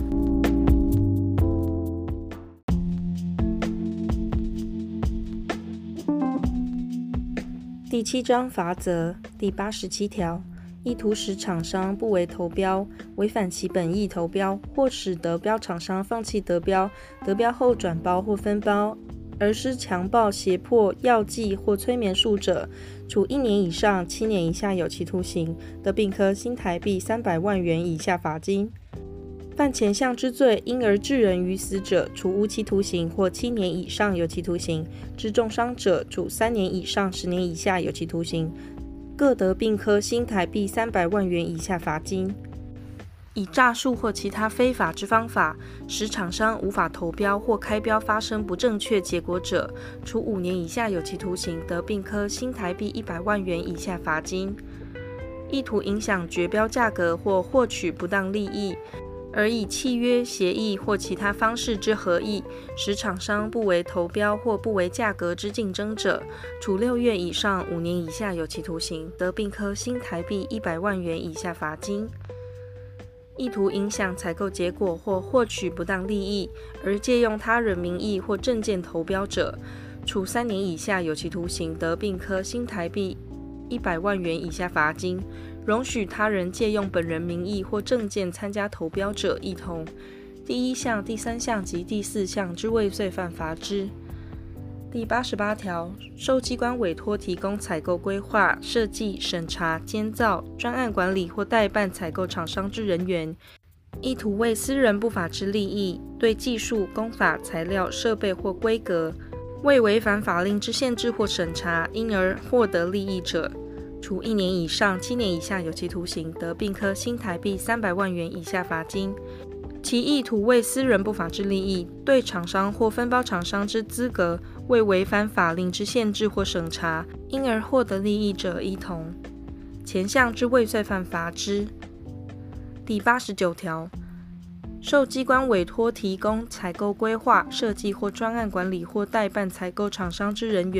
第七章罚则第八十七条，意图使厂商不为投标，违反其本意投标，或使得标厂商放弃得标，得标后转包或分包，而施强暴、胁迫、药剂或催眠术者，处一年以上七年以下有期徒刑，得并科新台币三百万元以下罚金。犯前项之罪，因而致人于死者，处无期徒刑或七年以上有期徒刑；致重伤者，处三年以上十年以下有期徒刑，各得并科新台币三百万元以下罚金。以诈术或其他非法之方法，使厂商无法投标或开标发生不正确结果者，处五年以下有期徒刑，得并科新台币一百万元以下罚金。意图影响决标价格或获取不当利益，而以契约、协议或其他方式之合意，使厂商不为投标或不为价格之竞争者，处六月以上五年以下有期徒刑，得并科新台币一百万元以下罚金。意图影响采购结果或获取不当利益，而借用他人名义或证件投标者，处三年以下有期徒刑，得并科新台币一百万元以下罚金。容许他人借用本人名义或证件参加投标者，一同第一项、第三项及第四项之未遂犯罚之。第八十八条，受机关委托提供采购规划、设计、审查、监造、专案管理或代办采购厂商之人员，意图为私人不法之利益，对技术、工法、材料、设备或规格，未违反法令之限制或审查，因而获得利益者，处一年以上七年以下有期徒刑，得并科新台币三百万元以下罚金。其意图为私人不法之利益，对厂商或分包厂商之资格未违反法令之限制或审查，因而获得利益者，一同前项之未遂犯罚之。第八十九条，受机关委托提供采购规划、设计或专案管理或代办采购厂商之人员，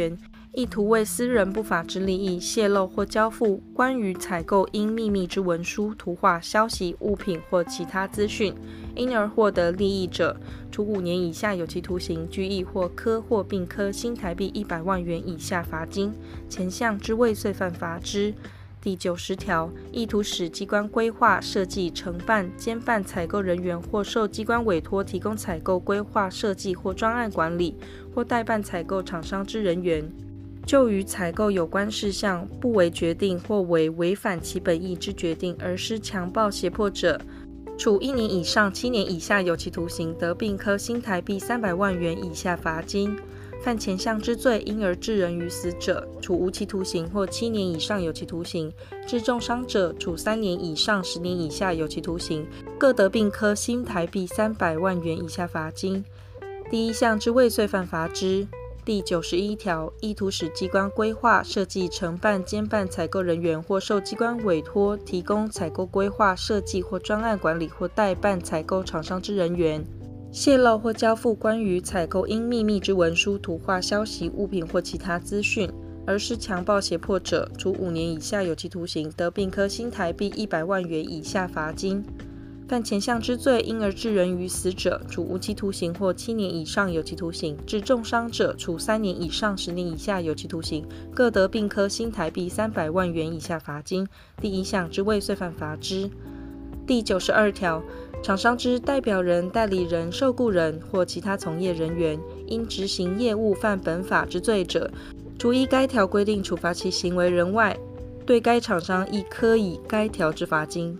意图为私人不法之利益泄露或交付关于采购应秘密之文书、图画、消息、物品或其他资讯，因而获得利益者，处五年以下有期徒刑、拘役或科或并科新台币一百万元以下罚金。前项之未遂犯罚之。第九十条，意图使机关规划、设计、承办、监办采购人员或受机关委托提供采购规划、设计或专案管理或代办采购厂商之人员，就与采购有关事项不为决定或为违反其本意之决定而施强暴胁迫者，处一年以上七年以下有期徒刑，得并科新台币三百万元以下罚金。犯前项之罪，因而致人于死者，处无期徒刑或七年以上有期徒刑；致重伤者，处三年以上十年以下有期徒刑，各得并科新台币三百万元以下罚金。第一项之未遂犯罚之。第九十一条，意图使机关规划、设计、承办、监办采购人员或受机关委托提供采购规划、设计或专案管理或代办采购厂商之人员，泄露或交付关于采购应秘密之文书、图画、消息、物品或其他资讯，而施强暴胁迫者，处五年以下有期徒刑，得并科新台币一百万元以下罚金。犯前项之罪，因而致人于死者，处无期徒刑或七年以上有期徒刑；致重伤者，处三年以上十年以下有期徒刑，各得并科新台币三百万元以下罚金。第一项之未遂犯罚之。第九十二条，厂商之代表人、代理人、受雇人或其他从业人员，因执行业务犯本法之罪者，除依该条规定处罚其行为人外，对该厂商亦科以该条之罚金。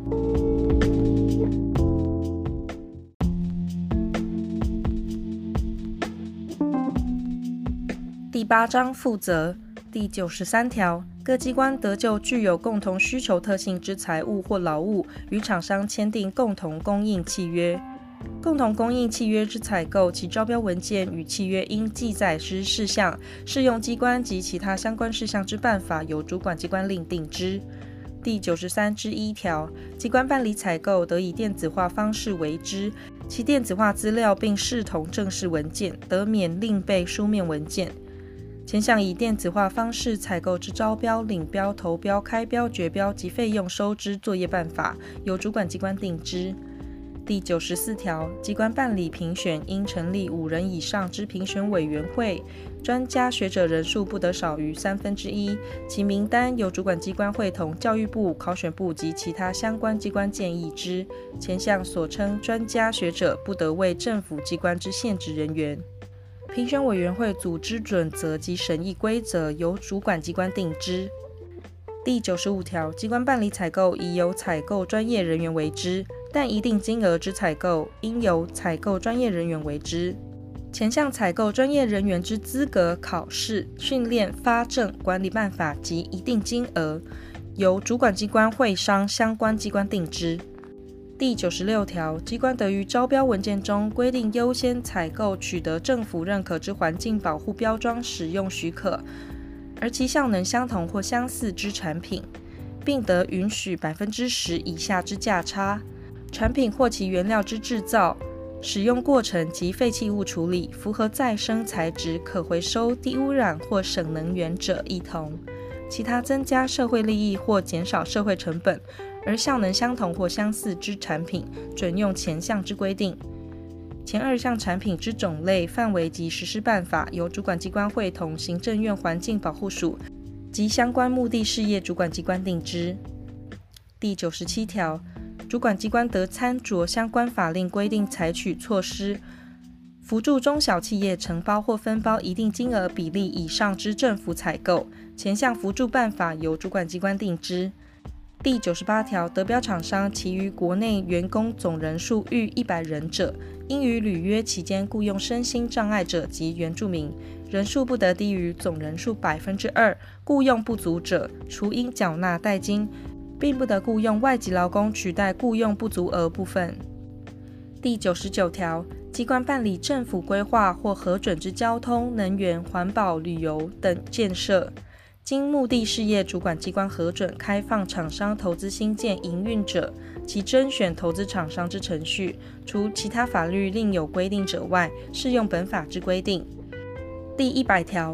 第八章负责。第九十三条，各机关得就具有共同需求特性之财物或劳务，与厂商签订共同供应契约。共同供应契约之采购，其招标文件与契约应记载之事项、适用机关及其他相关事项之办法，由主管机关另定之。第九十三之一条，机关办理采购，得以电子化方式为之，其电子化资料并视同正式文件，得免另备书面文件。前项以电子化方式采购之招标、领标、投标、开标、决标及费用收支作业办法，由主管机关定之。第九十四条，机关办理评选，应成立五人以上之评选委员会，专家学者人数不得少于三分之一，其名单由主管机关会同教育部、考选部及其他相关机关建议之。前项所称专家学者，不得为政府机关之现职人员。评选委员会组织准则及审议规则，由主管机关定之。第九十五条，机关办理采购，宜由采购专业人员为之，但一定金额之采购，应由采购专业人员为之。前项采购专业人员之资格、考试、训练、发证、管理办法及一定金额，由主管机关会商相关机关定之。第九十六条，机关得于招标文件中规定优先采购取得政府认可之环境保护标装使用许可，而其效能相同或相似之产品，并得允许百分之十以下之价差。产品或其原料之制造、使用过程及废弃物处理符合再生材质、可回收、低污染或省能源者一同。其他增加社会利益或减少社会成本，而效能相同或相似之产品，准用前项之规定。前二项产品之种类、范围及实施办法，由主管机关会同行政院环境保护署及相关目的事业主管机关定之。第九十七条，主管机关得参酌相关法令规定采取措施，扶助中小企业承包或分包一定金额比例以上之政府采购，前项扶助办法由主管机关定之。第九十八条，得标厂商其余国内员工总人数逾一百人者，应于履约期间雇用身心障碍者及原住民，人数不得低于总人数百分之二，雇用不足者，除应缴纳代金，并不得雇用外籍劳工取代雇用不足额部分。第九十九条，机关办理政府规划或核准之交通、能源、环保、旅游等建设，经目的事业主管机关核准开放厂商投资兴建营运者，其甄选投资厂商之程序，除其他法律另有规定者外，适用本法之规定。第一百条，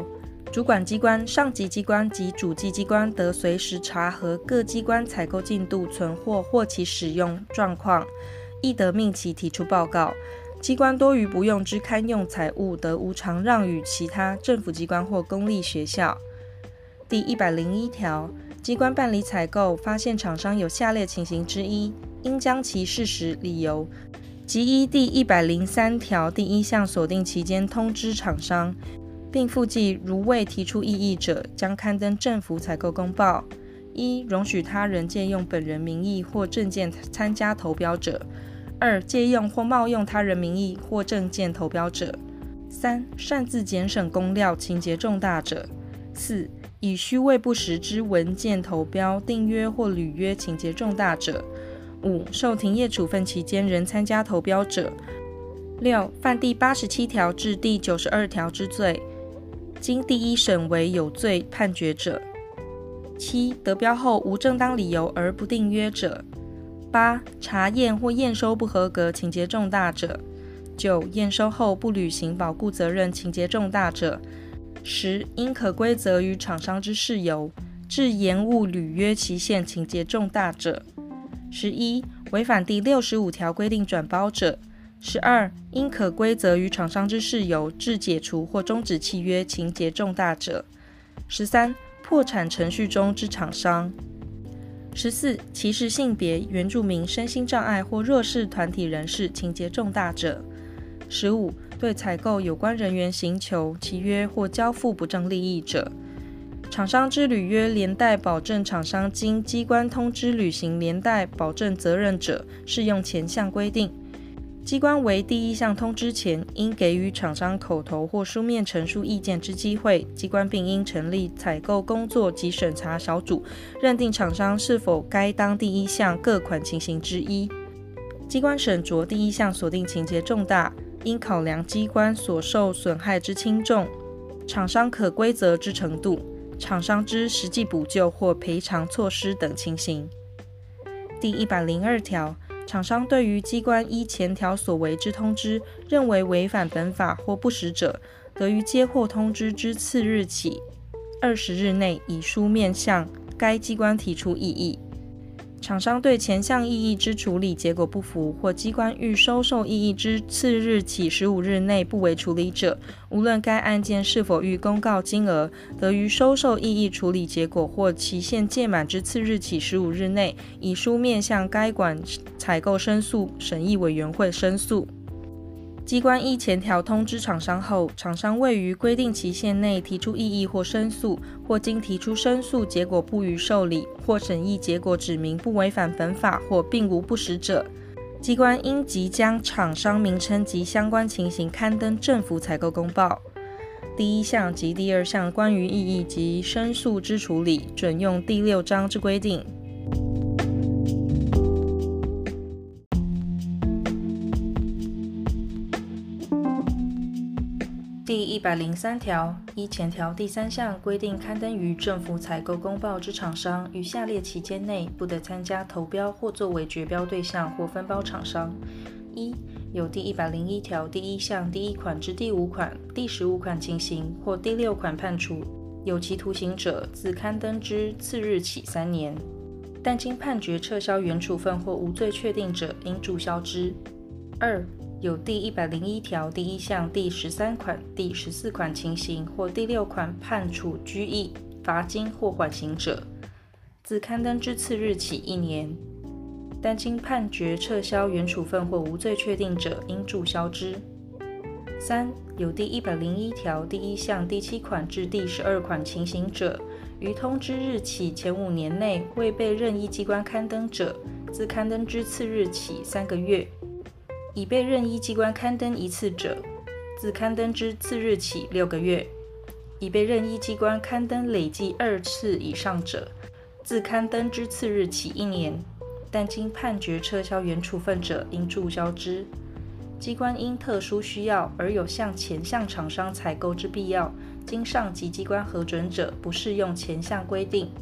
主管机关、上级机关及主计机关得随时查核各机关采购进度、存货或其使用状况，亦得命其提出报告。机关多余不用之堪用财物，得无偿让与其他政府机关或公立学校。第一百零一条，机关办理采购，发现厂商有下列情形之一，应将其事实、理由，即依第一百零三条第一项所定期间通知厂商，并附记如未提出异议者，将刊登政府采购公报。一、容许他人借用本人名义或证件参加投标者；二、借用或冒用他人名义或证件投标者；三、擅自减省工料情节重大者；四、以虚伪不实之文件投标、订约或履约情节重大者；五、受停业处分期间仍参加投标者；六、犯第八十七条至第九十二条之罪，经第一审为有罪判决者；七、得标后无正当理由而不订约者；八、查验或验收不合格情节重大者；九、验收后不履行保固责任情节重大者；十、因可归责于厂商之事由，致延误履约期限情节重大者；十一、违反第六十五条规定转包者；十二、因可归责于厂商之事由，致解除或终止契约情节重大者；十三、破产程序中之厂商；十四、歧视性别、原住民、身心障碍或弱势团体人士情节重大者；十五、对采购有关人员刑求、契约或交付不正利益者；厂商之履约连带保证厂商经机关通知履行连带保证责任者，适用前项规定。机关为第一项通知前，应给予厂商口头或书面陈述意见之机会。机关并应成立采购工作及审查小组，认定厂商是否该当第一项各款情形之一。机关审酌第一项所定情节重大，应考量机关所受损害之轻重、厂商可归责之程度、厂商之实际补救或赔偿措施等情形。第一百零二条，厂商对于机关依前条所为之通知，认为违反本法或不实者，得于接获通知之次日起二十日内，以书面向该机关提出异议。厂商对前项异议之处理结果不服，或机关欲收受异议之次日起十五日内不为处理者，无论该案件是否预公告金额，得于收受异议处理结果或期限届满之次日起十五日内，以书面向该管采购申诉审议委员会申诉。机关依前条通知厂商后，厂商未于规定期限内提出异议或申诉，或经提出申诉结果不予受理，或审议结果指明不违反本法或并无不实者，机关应即将厂商名称及相关情形刊登政府采购公报。第一项及第二项关于异议及申诉之处理，准用第六章之规定。第一百零三条，依前条第三项规定刊登于政府采购公报之厂商，于下列期间内不得参加投标或作为决标对象或分包厂商：一、有第一百零一条第一项第一款至第五款、第十五款情形或第六款判处有期徒刑者，自刊登之次日起三年；但经判决撤销原处分或无罪确定者，应注销之。二、有第一百零一条第一项第十三款、第十四款情形或第六款判处拘役、罚金或缓刑者，自刊登之次日起一年；但经判决撤销原处分或无罪确定者，应注销之。三、有第一百零一条第一项第七款至第十二款情形者，于通知日起前五年内未被任意机关刊登者，自刊登之次日起三个月；已被任意机关刊登一次者，自刊登之次日起六个月；已被任意机关刊登累计二次以上者，自刊登之次日起一年；但经判决撤销原处分者，应注销之。机关因特殊需要而有向前项厂商采购之必要，经上级机关核准者，不适用前项规定。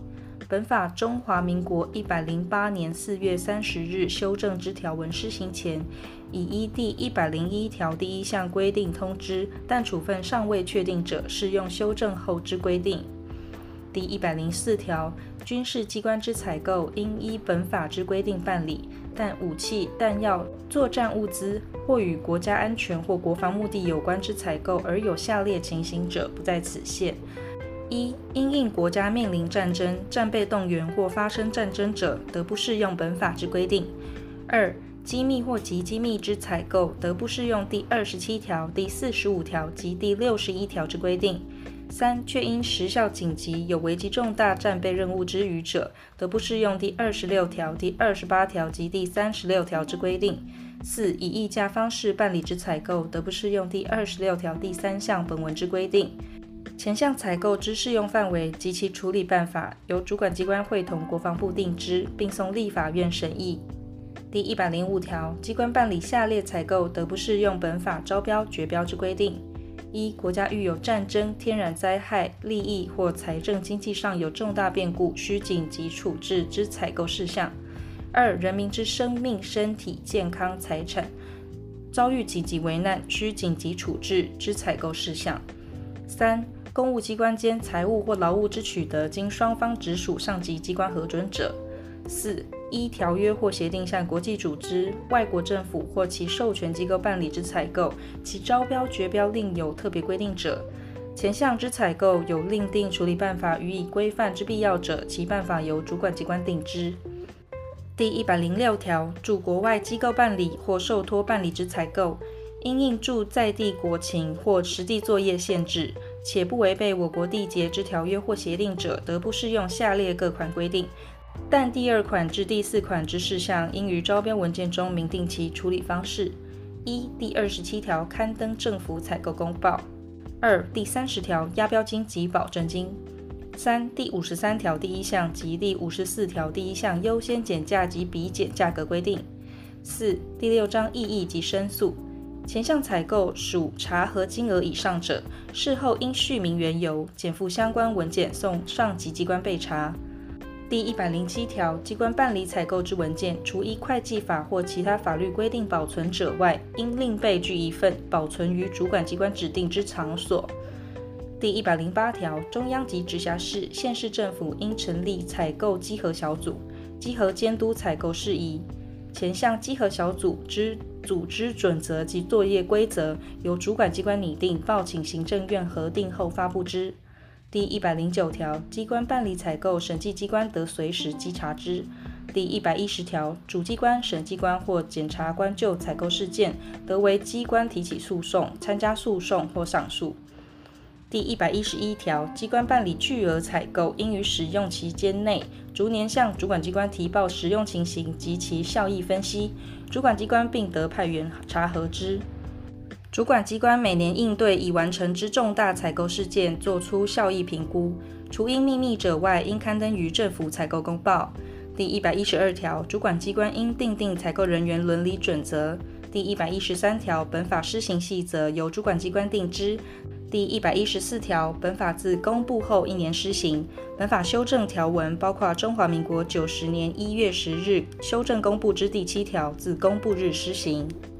本法中华民国一百零八年四月三十日修正之条文施行前，已依第一百零一条第一项规定通知，但处分尚未确定者，适用修正后之规定。第一百零四条，军事机关之采购应依本法之规定办理，但武器、弹药、作战物资或与国家安全或国防目的有关之采购而有下列情形者，不在此限：一、因应国家面临战争、战备动员或发生战争者，得不适用本法之规定；二、机密或极机密之采购，得不适用第二十七条、第四十五条及第六十一条之规定；三、却因时效紧急、有危及重大战备任务之余者，得不适用第二十六条、第二十八条及第三十六条之规定；四、以议价方式办理之采购，得不适用第二十六条第三项本文之规定。前项采购之适用范围及其处理办法，由主管机关会同国防部定之，并送立法院审议。第一百零五条，机关办理下列采购，得不适用本法招标、决标之规定：一、国家遇有战争、天然灾害、利益或财政经济上有重大变故，需紧急处置之采购事项；二、人民之生命、身体、健康、财产遭遇紧急危难，需紧急处置之采购事项；三、公务机关间财物或劳务之取得，经双方直属上级机关核准者；四、依条约或协定向国际组织、外国政府或其授权机构办理之采购，其招标、决标另有特别规定者。前项之采购有另定处理办法予以规范之必要者，其办法由主管机关定之。第一百零六条，驻国外机构办理或受托办理之采购，因应驻在地国情或实地作业限制，且不违背我国缔结之条约或协定者，得不适用下列各款规定。但第二款至第四款之事项，应于招标文件中明定其处理方式：一、第二十七条刊登政府采购公报；二、第三十条押标金及保证金；三、第五十三条第一项及第五十四条第一项优先减价及比减价格规定；四、第六章异议及申诉。前项采购属查核金额以上者，事后应续明缘由，减附相关文件送上级机关备查。第一百零七条，机关办理采购之文件，除依会计法或其他法律规定保存者外，应另备具一份，保存于主管机关指定之场所。第一百零八条，中央及直辖市、县市政府应成立采购稽核小组，稽核监督采购事宜。前项稽核小组之组织准则及作业规则，由主管机关拟定，报请行政院核定后发布之。第一百零九条，机关办理采购，审计机关得随时稽查之。第一百一十条，主机关、审计官或检察官就采购事件，得为机关提起诉讼、参加诉讼或上诉。第一百一十一条，机关办理巨额采购，应于使用期间内，逐年向主管机关提报使用情形及其效益分析，主管机关并得派员查核之。主管机关每年应对已完成之重大采购事件作出效益评估，除因秘密者外，应刊登于政府采购公报。第一百一十二条，主管机关应订定采购人员伦理准则。第一百一十三条，本法施行细则由主管机关定之。第一百一十四条，本法自公布后一年施行。本法修正条文包括中华民国九十年一月十日修正公布之第七条，自公布日施行。